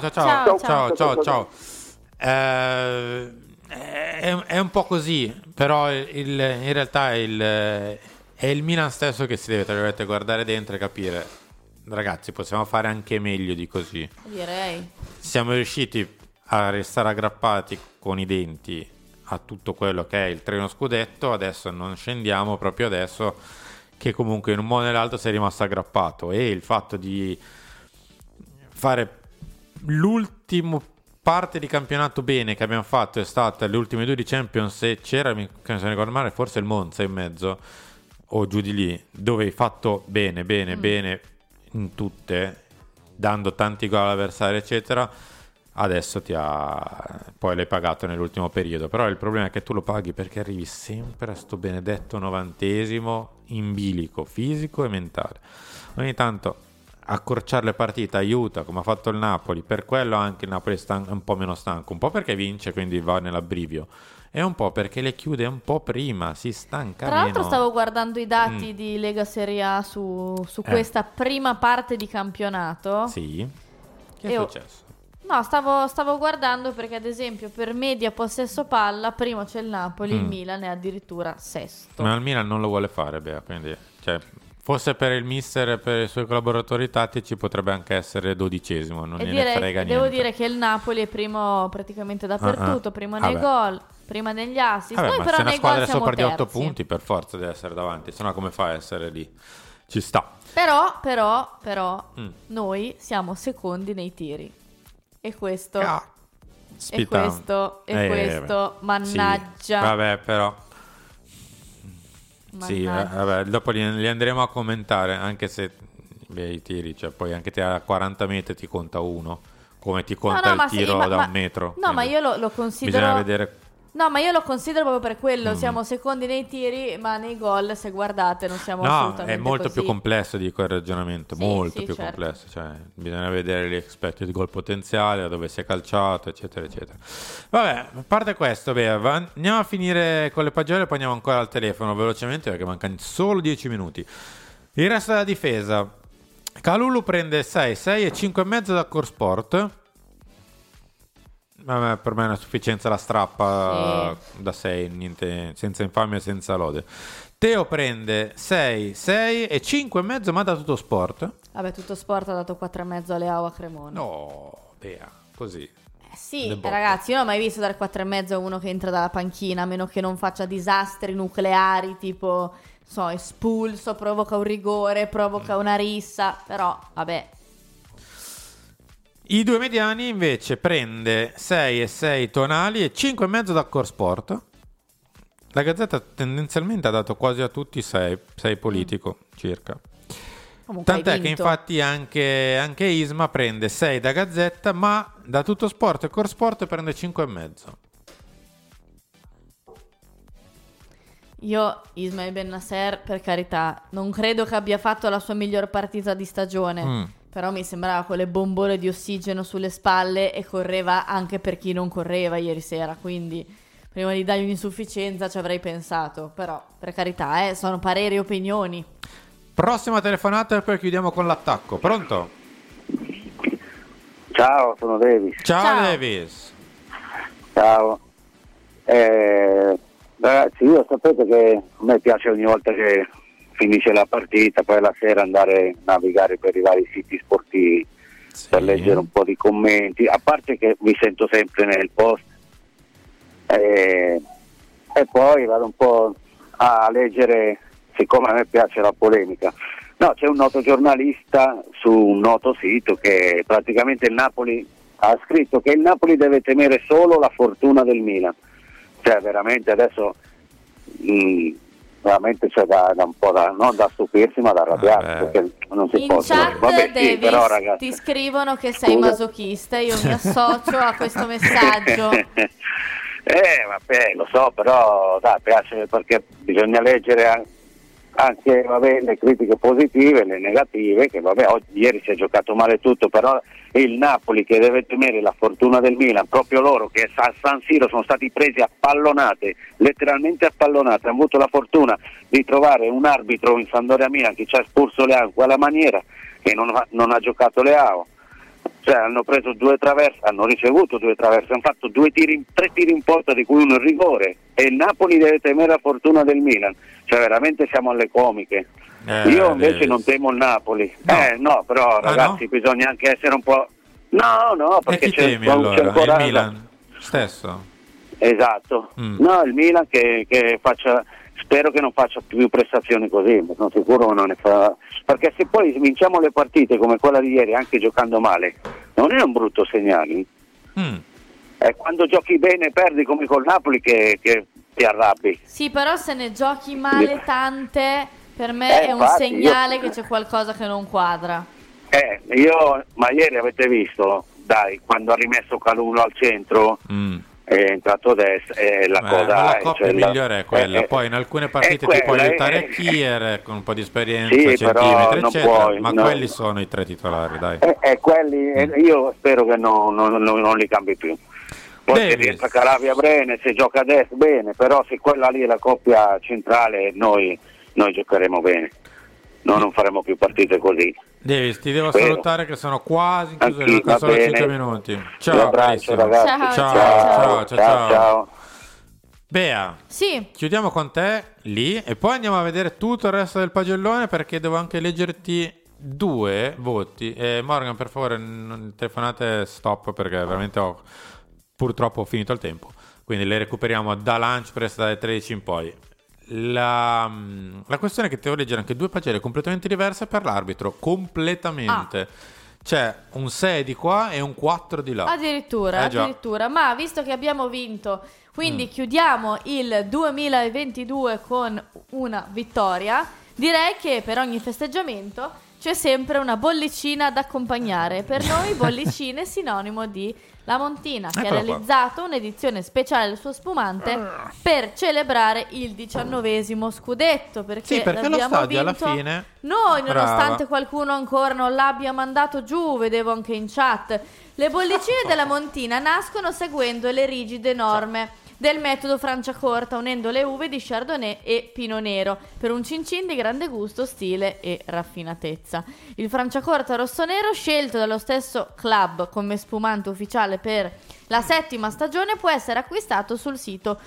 S12: Ciao. È un po' così, però in realtà è il Milan stesso che si deve, tra virgolette, guardare dentro e capire, ragazzi, possiamo fare anche meglio di così.
S13: Direi.
S12: Siamo riusciti a restare aggrappati con i denti a tutto quello che è il treno scudetto, adesso non scendiamo proprio adesso, che comunque in un modo o nell'altro sei rimasto aggrappato, e il fatto di fare l'ultimo parte di campionato bene che abbiamo fatto è stata le ultime 2 di Champions, e c'era, se non ricordo male, forse il Monza in mezzo o giù di lì, dove hai fatto bene in tutte, dando tanti gol all'avversario eccetera. Adesso poi l'hai pagato nell'ultimo periodo, però il problema è che tu lo paghi perché arrivi sempre a sto benedetto 90esimo in bilico fisico e mentale. Ogni tanto accorciare le partite aiuta, come ha fatto il Napoli, per quello anche il Napoli è un po' meno stanco, un po' perché vince quindi va nell'abbrivio, e un po' perché le chiude un po' prima, si stanca
S13: Tra l'altro
S12: meno.
S13: stavo guardando i dati di Lega Serie A su questa prima parte di campionato.
S12: Sì. Che è successo?
S13: No, stavo guardando perché, ad esempio, per media possesso palla primo c'è il Napoli, il Milan è addirittura sesto.
S12: Ma il Milan non lo vuole fare, quindi, cioè, forse per il mister e per i suoi collaboratori tattici potrebbe anche essere 12esimo, non gliene frega niente.
S13: Devo dire che il Napoli è primo praticamente dappertutto, primo nei gol, prima negli assist. Noi
S12: ma
S13: però
S12: se una
S13: nei
S12: squadra
S13: gol
S12: è
S13: siamo
S12: sopra di 8
S13: terzi.
S12: punti per forza deve essere davanti, sennò come fa a essere lì? Ci sta.
S13: Però noi siamo secondi nei tiri. E questo mannaggia.
S12: Sì. Vabbè, però sì, dopo li andremo a commentare, anche se i tiri, cioè poi anche te a 40 metri ti conta uno, come ti conta il tiro da un metro.
S13: No, ma io lo considero.
S12: Bisogna vedere.
S13: No, ma io lo considero proprio per quello. Siamo secondi nei tiri, ma nei gol, se guardate, non siamo assolutamente
S12: è molto
S13: così.
S12: più complesso, dico, il ragionamento. Molto più
S13: certo.
S12: complesso. Cioè, bisogna vedere l'expected goal potenziale, dove si è calciato, eccetera, eccetera. Vabbè, a parte questo, andiamo a finire con le pagelle e poi andiamo ancora al telefono velocemente perché mancano solo 10 minuti. Il resto della difesa. Kalulu prende 6 e 5,5 da Corsport. Vabbè, per me è una sufficienza la strappa da 6, niente, senza infamia e senza lode. Teo prende 6 e 5,5 ma da Tutto Sport.
S13: Vabbè, Tutto Sport ha dato 4,5 a Leao a Cremona.
S12: No, Bea, così.
S13: Sì, ragazzi, io non ho mai visto dare 4,5 a uno che entra dalla panchina, a meno che non faccia disastri nucleari, tipo, espulso, provoca un rigore, provoca una rissa, però, vabbè.
S12: I due mediani invece prende 6 e 6 Tonali e 5,5 da Corsport. La Gazzetta tendenzialmente ha dato quasi a tutti 6 Politico circa.
S13: Comunque
S12: tant'è che infatti anche Isma prende 6 da Gazzetta, ma da Tutto Sport e Corsport prende 5,5.
S13: Io Ismail Bennacer, per carità, non credo che abbia fatto la sua miglior partita di stagione. Però mi sembrava con le bombole di ossigeno sulle spalle e correva anche per chi non correva ieri sera, quindi prima di dargli un'insufficienza ci avrei pensato, però per carità, sono pareri e opinioni.
S12: Prossima telefonata e poi chiudiamo con l'attacco. Pronto?
S7: Ciao, sono Davis.
S12: Ciao. Davis.
S7: Ciao. Ragazzi, io sapete che a me piace ogni volta che finisce la partita, poi la sera andare a navigare per i vari siti sportivi per leggere un po' di commenti, a parte che mi sento sempre nel post e poi vado un po' a leggere, siccome a me piace la polemica. No, c'è un noto giornalista su un noto sito che praticamente il Napoli ha scritto che il Napoli deve temere solo la fortuna del Milan. Cioè veramente adesso veramente c'è da un po' non da stupirsi ma da arrabbiarsi, perché non si può.
S13: In chat, Davis,
S7: però, ragazzi,
S13: ti scrivono che sei masochista, io mi associo a questo messaggio.
S7: Vabbè, lo so, però piace perché bisogna leggere anche le critiche positive, le negative, che ieri si è giocato male tutto, però il Napoli che deve temere la fortuna del Milan, proprio loro che a San Siro sono stati presi a pallonate, letteralmente a pallonate, hanno avuto la fortuna di trovare un arbitro in Sampdoria Milan che ci ha espulso Leao in quella maniera e non ha giocato Leao. Cioè hanno preso 2 traverse, hanno ricevuto 2 traverse, hanno fatto 3 tiri in porta di cui uno in rigore e il Napoli deve temere la fortuna del Milan. Cioè veramente siamo alle comiche. Io invece non temo il Napoli. No, però ragazzi bisogna anche essere un po'. No, perché
S12: chi temi allora? Il Milan stesso?
S7: Esatto. No, il Milan che faccia. Spero che non faccia più prestazioni così, ma sono sicuro che non ne fa. Perché se poi vinciamo le partite come quella di ieri, anche giocando male, non è un brutto segnale. È quando giochi bene e perdi come col Napoli che ti arrabbi.
S13: Sì, però se ne giochi male tante, per me è un segnale che c'è qualcosa che non quadra.
S7: Ma ieri avete visto, quando ha rimesso Kalulu al centro, è entrato a destra e la cosa
S12: la coppia migliore è quella. Poi in alcune partite ti può aiutare Kier con un po' di esperienza, centimetri eccetera, ma quelli sono i 3 titolari, dai.
S7: Quelli io spero che non li cambi più. Poi se rientra Calabria bene, se gioca a destra bene, però se quella lì è la coppia centrale noi giocheremo bene, non faremo più partite così.
S12: Davis, ti devo salutare che sono quasi in chiusura, solo 5 minuti. Ciao,
S7: abbraccio, ragazzi.
S12: Ciao. Bea,
S13: sì.
S12: Chiudiamo con te lì e poi andiamo a vedere tutto il resto del pagellone perché devo anche leggerti 2 voti. Morgan, per favore, telefonate stop perché veramente purtroppo ho finito il tempo, quindi le recuperiamo da lunch presto dalle 13 in poi. La questione è che devo leggere anche 2 pagelle completamente diverse per l'arbitro, completamente. C'è un 6 di qua e un 4 di là.
S13: Addirittura. Ma visto che abbiamo vinto, quindi chiudiamo il 2022 con una vittoria, direi che per ogni festeggiamento c'è sempre una bollicina ad accompagnare. Per noi bollicine è sinonimo di La Montina, che ha realizzato un'edizione speciale del suo spumante per celebrare il 19° scudetto, perché
S12: lo stadio alla fine
S13: noi, nonostante qualcuno ancora non l'abbia mandato giù, vedevo anche in chat, le bollicine della Montina nascono seguendo le rigide norme del metodo Franciacorta, unendo le uve di Chardonnay e Pinot Nero per un cincin di grande gusto, stile e raffinatezza. Il Franciacorta rosso-nero, scelto dallo stesso club come spumante ufficiale per la 7ª stagione, può essere acquistato sul sito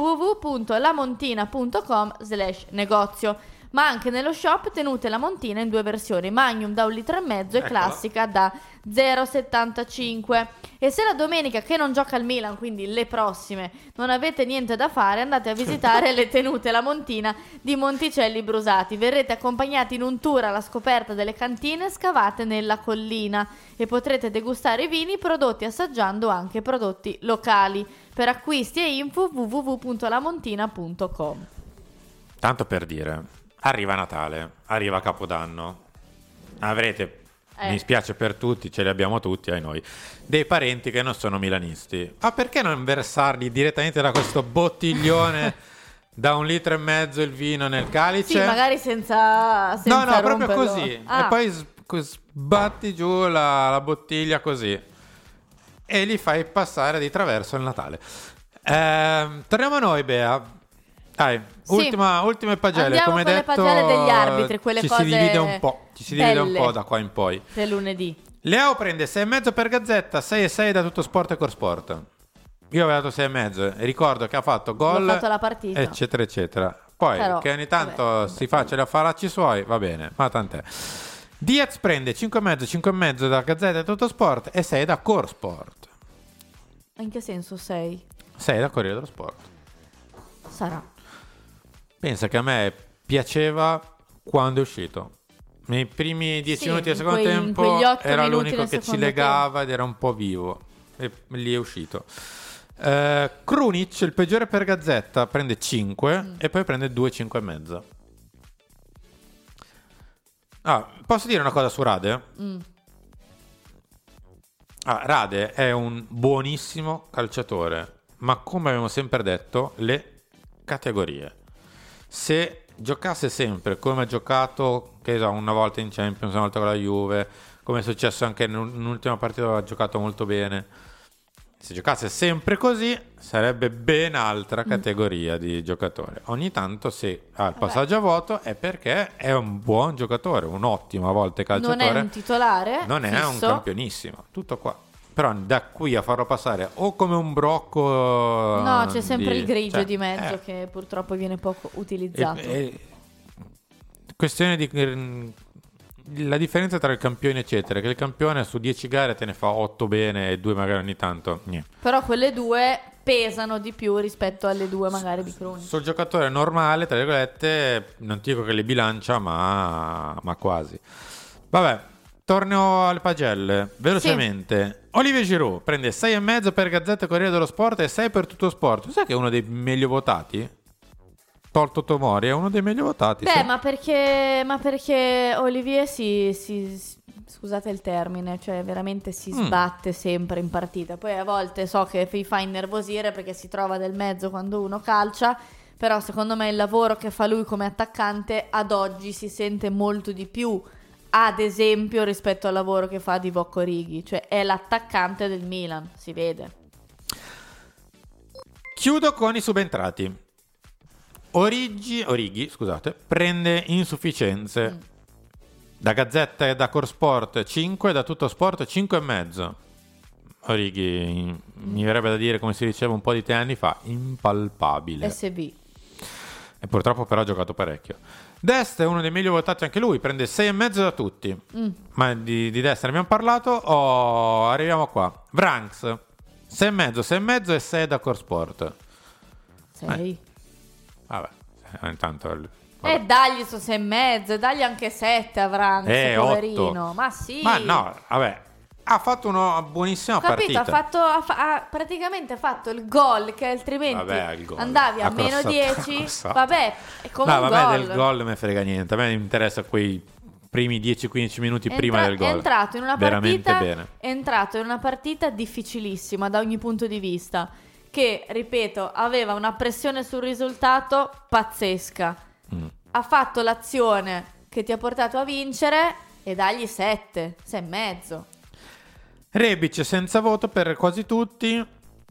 S13: www.lamontina.com/negozio, ma anche nello shop tenute la Montina in 2 versioni, Magnum da 1,5 litri e classica da 0,75. E se la domenica che non gioca il Milan, quindi le prossime, non avete niente da fare, andate a visitare le tenute La Montina di Monticelli Brusati. Verrete accompagnati in un tour alla scoperta delle cantine scavate nella collina e potrete degustare i vini prodotti assaggiando anche prodotti locali. Per acquisti e info www.lamontina.com.
S12: Tanto per dire, arriva Natale, arriva Capodanno, avrete, mi spiace per tutti, ce li abbiamo tutti, ai noi, dei parenti che non sono milanisti. Ma perché non versargli direttamente da questo bottiglione da 1,5 litri il vino nel calice?
S13: Sì, magari senza
S12: no, proprio così. E poi sbatti giù la bottiglia così e li fai passare di traverso il Natale. Torniamo a noi, Bea. Dai,
S13: sì.
S12: ultime pagelle.
S13: Andiamo
S12: come
S13: con
S12: detto,
S13: le pagelle degli arbitri, quelle
S12: ci
S13: cose
S12: si divide un po' da qua in poi.
S13: Del lunedì.
S12: Leao prende 6,5 per Gazzetta, 6,6 da Tutto Sport e Corsport. Io avevo dato 6,5 e ricordo che ha fatto gol,
S13: ha fatto la partita,
S12: eccetera eccetera. Poi però, che ogni tanto si faccia gli affaracci suoi, va bene, ma tant'è. Diaz prende 5,5 da Gazzetta e Tutto Sport e 6 da Corsport.
S13: In che senso 6?
S12: 6 da Corriere dello Sport.
S13: Sarà.
S12: Pensa che a me piaceva quando è uscito. Nei primi 10 minuti del secondo tempo era l'unico che ci legava ed era un po' vivo. E lì è uscito. Krunic, il peggiore per Gazzetta, prende 5 e poi prende 2,5. Posso dire una cosa su Rade? Rade è un buonissimo calciatore, ma come abbiamo sempre detto, le categorie. Se giocasse sempre come ha giocato, che so, una volta in Champions, una volta con la Juve, come è successo anche nell'ultima partita, ha giocato molto bene. Se giocasse sempre così sarebbe ben altra categoria di giocatore. Ogni tanto se ha il passaggio a vuoto è perché è un buon giocatore, un ottimo a volte calciatore.
S13: Non è un titolare,
S12: non è un campionissimo, tutto qua. Però da qui a farlo passare o come un brocco,
S13: no, c'è sempre il grigio di mezzo che purtroppo viene poco utilizzato.
S12: Questione di la differenza tra il campione eccetera, che il campione su 10 gare te ne fa 8 bene e 2 magari ogni tanto niente.
S13: Però quelle 2 pesano di più rispetto alle 2 magari di Krunic.
S12: Sul giocatore normale, tra virgolette, non dico che le bilancia, ma quasi. Vabbè, torno alle pagelle velocemente. Sì. Olivier Giroud prende 6,5 per Gazzetta e Corriere dello Sport e 6 per Tutto Sport. Sai che è uno dei meglio votati? Tolto Tomori, è uno dei meglio votati.
S13: Beh, sì. ma perché Olivier scusate il termine, cioè veramente si sbatte sempre in partita. Poi a volte so che vi fa innervosire perché si trova del mezzo quando uno calcia, però secondo me il lavoro che fa lui come attaccante ad oggi si sente molto di più, ad esempio, rispetto al lavoro che fa Divock Origi, cioè è l'attaccante del Milan, si vede.
S12: Chiudo con i subentrati. Origi, scusate, prende insufficienze. Da Gazzetta e da Corsport 5, da Tutto Sport 5,5. Origi, mi verrebbe da dire, come si diceva un po' di anni fa, impalpabile.
S13: SB.
S12: E purtroppo però ha giocato parecchio. Dest è uno dei meglio votati anche lui, prende 6,5 da tutti. Ma di Dest ne abbiamo parlato. Arriviamo qua. Vranks 6,5 e 6 da Corsport.
S13: 6.
S12: Vabbè, intanto
S13: dagli su 6,5, dagli anche 7 a Vranks, poverino.
S12: 8.
S13: Ma sì.
S12: Ma no, vabbè, ha fatto una buonissima partita.
S13: Ha praticamente fatto il gol che altrimenti andavi a meno 10. Vabbè, è come un gol.
S12: A me del gol mi frega niente. A me mi interessa quei primi 10-15 minuti prima del gol.
S13: È entrato in una
S12: veramente
S13: partita,
S12: bene.
S13: È entrato in una partita difficilissima da ogni punto di vista, che, ripeto, aveva una pressione sul risultato pazzesca. Ha fatto l'azione che ti ha portato a vincere e dagli 6,5.
S12: Rebic senza voto per quasi tutti.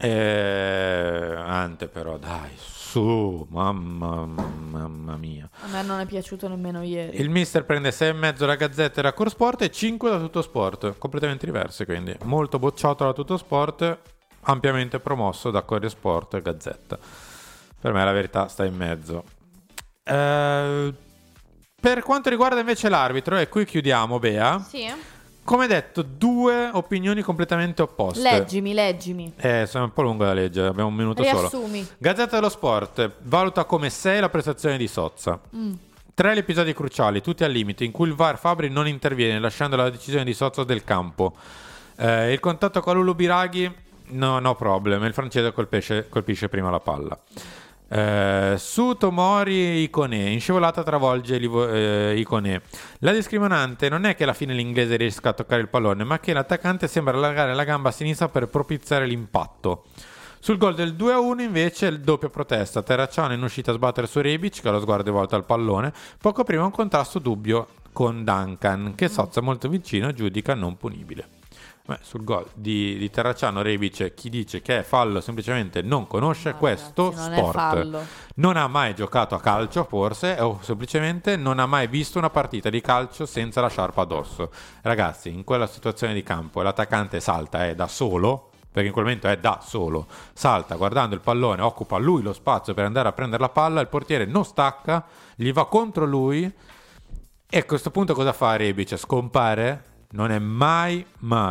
S12: Ante però, dai, su, mamma mia.
S13: A me non è piaciuto nemmeno ieri.
S12: Il mister prende 6,5 da Gazzetta e da Corsport e 5 da Tuttosport, completamente diversi, quindi molto bocciato da Tuttosport, ampiamente promosso da Corriere Sport e Gazzetta. Per me la verità sta in mezzo. Per quanto riguarda invece l'arbitro, e qui chiudiamo, Bea.
S13: Sì.
S12: Come detto, 2 opinioni completamente opposte.
S13: Leggimi.
S12: Sono un po' lunga da leggere, abbiamo un minuto
S13: Riassumi.
S12: solo. Gazzetta dello Sport valuta come 6 la prestazione di Sozza. 3 gli episodi cruciali, tutti al limite, in cui il VAR Fabri non interviene, lasciando la decisione di Sozza del campo. Il contatto con Lulu Biraghi, no problem, il francese colpisce prima la palla. Su Tomori Iconé, in scivolata travolge Iconé. La discriminante non è che alla fine l'inglese riesca a toccare il pallone, ma che l'attaccante sembra allargare la gamba a sinistra per propiziare l'impatto. Sul gol del 2-1 invece il doppio protesta, Terracciano in uscita a sbattere su Rebic, che ha lo sguardo volto al pallone, poco prima un contrasto dubbio con Duncan, che Sozza molto vicino giudica non punibile. Sul gol di Terracciano, Rebic, chi dice che è fallo semplicemente non conosce questo sport, non ha mai giocato a calcio forse, o semplicemente non ha mai visto una partita di calcio senza la sciarpa addosso. Ragazzi, in quella situazione di campo l'attaccante salta, è da solo, perché in quel momento è da solo, salta guardando il pallone, occupa lui lo spazio per andare a prendere la palla, il portiere non stacca, gli va contro lui e a questo punto cosa fa Rebic? Scompare? Non è mai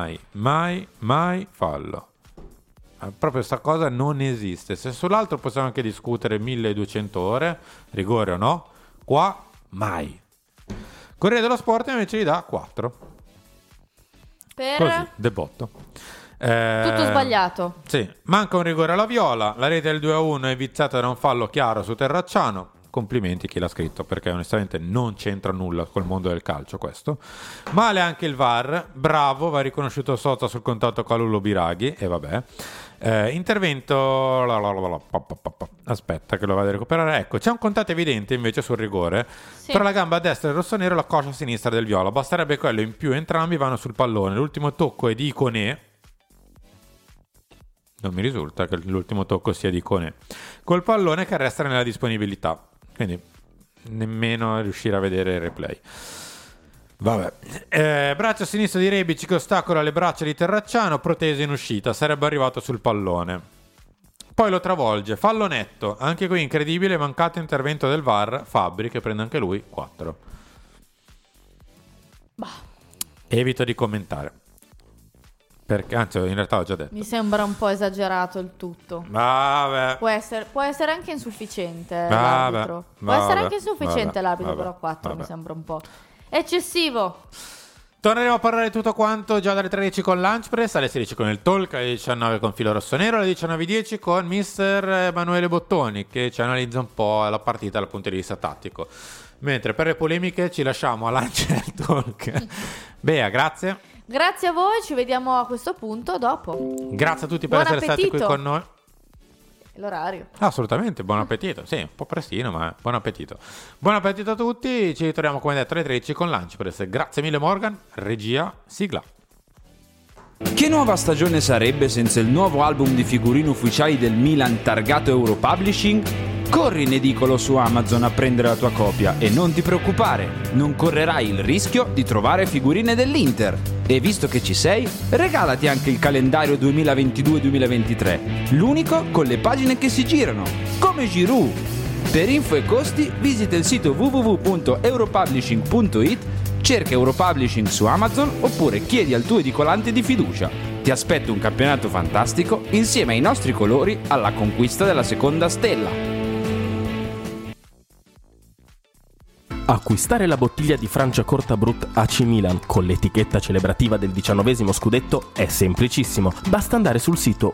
S12: fallo. Proprio sta cosa non esiste. Se sull'altro possiamo anche discutere 1200 ore, rigore o no, qua mai. Corriere dello Sport invece gli dà 4. Così, de botto.
S13: Tutto sbagliato.
S12: Sì, manca un rigore alla Viola, la rete del 2-1 è viziata da un fallo chiaro su Terracciano. Complimenti chi l'ha scritto, perché onestamente non c'entra nulla col mondo del calcio questo. Male anche il VAR, bravo, va riconosciuto Sozza sul contatto con Lullo Biraghi e vabbè. Intervento, aspetta che lo vado a recuperare. Ecco, c'è un contatto evidente invece sul rigore tra la gamba destra del rossonero e la coscia sinistra del viola. Basterebbe quello in più, entrambi vanno sul pallone. L'ultimo tocco è di Iconé. Non mi risulta che l'ultimo tocco sia di Iconé col pallone che resta nella disponibilità, quindi nemmeno riuscire a vedere il replay. Vabbè. Braccio sinistro di Rebic che ostacola le braccia di Terracciano, protese in uscita, sarebbe arrivato sul pallone, poi lo travolge, fallo netto, anche qui incredibile, mancato intervento del VAR. Fabri che prende anche lui 4. Evito di commentare perché, anzi, in realtà l'ho già detto.
S13: Mi sembra un po' esagerato il tutto.
S12: Vabbè.
S13: Può essere anche insufficiente l'arbitro. Può essere anche insufficiente l'arbitro, però 4 mi sembra un po' eccessivo.
S12: Torneremo a parlare di tutto quanto già dalle 13 con Lunch Press, alle 16 con il Talk, alle 19 con Filo Rossonero, alle 19:10 con Mister Emanuele Bottoni che ci analizza un po' la partita dal punto di vista tattico. Mentre per le polemiche ci lasciamo a Lunch e al Talk. Bea, grazie.
S13: Grazie a voi, ci vediamo a questo punto dopo.
S12: Grazie a tutti per essere stati qui con noi.
S13: L'orario.
S12: Assolutamente, buon appetito. Sì, un po' prestino, ma buon appetito. Buon appetito a tutti, ci ritroviamo come detto alle 13 con Lunch Press. Grazie mille Morgan, regia, sigla.
S8: Che nuova stagione sarebbe senza il nuovo album di figurine ufficiali del Milan targato Europublishing? Corri in edicolo su Amazon a prendere la tua copia e non ti preoccupare, non correrai il rischio di trovare figurine dell'Inter. E visto che ci sei, regalati anche il calendario 2022-2023, l'unico con le pagine che si girano, come Giroud. Per info e costi visita il sito www.europublishing.it, cerca Europublishing su Amazon oppure chiedi al tuo edicolante di fiducia. Ti aspetta un campionato fantastico insieme ai nostri colori alla conquista della seconda stella.
S9: Acquistare la bottiglia di Franciacorta Brut AC Milan con l'etichetta celebrativa del 19° scudetto è semplicissimo. Basta andare sul sito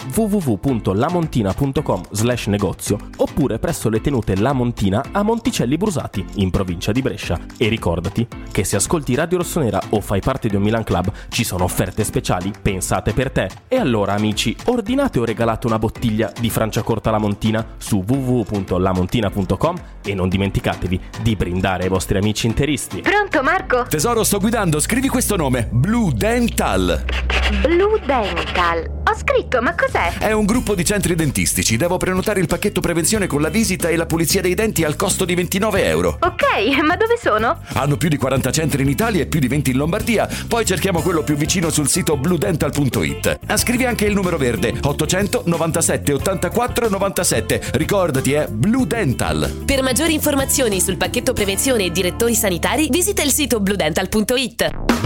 S9: www.lamontina.com/negozio oppure presso le tenute La Montina a Monticelli Brusati, in provincia di Brescia. E ricordati che se ascolti Radio Rossonera o fai parte di un Milan Club ci sono offerte speciali pensate per te. E allora amici, ordinate o regalate una bottiglia di Franciacorta La Montina su www.lamontina.com e non dimenticatevi di brindare ai vostri amici interisti.
S22: Pronto Marco?
S10: Tesoro, sto guidando, scrivi questo nome: Blue Dental.
S22: Blue Dental. Ho scritto, ma cos'è?
S10: È un gruppo di centri dentistici. Devo prenotare il pacchetto prevenzione con la visita e la pulizia dei denti al costo di €29.
S22: Ok, ma dove sono?
S10: Hanno più di 40 centri in Italia e più di 20 in Lombardia. Poi cerchiamo quello più vicino sul sito bludental.it. Scrivi anche il numero verde 800 97 84 97. Ricordati, Blue Dental.
S11: Per maggiori informazioni sul pacchetto prevenzione e direttori sanitari visita il sito bludental.it.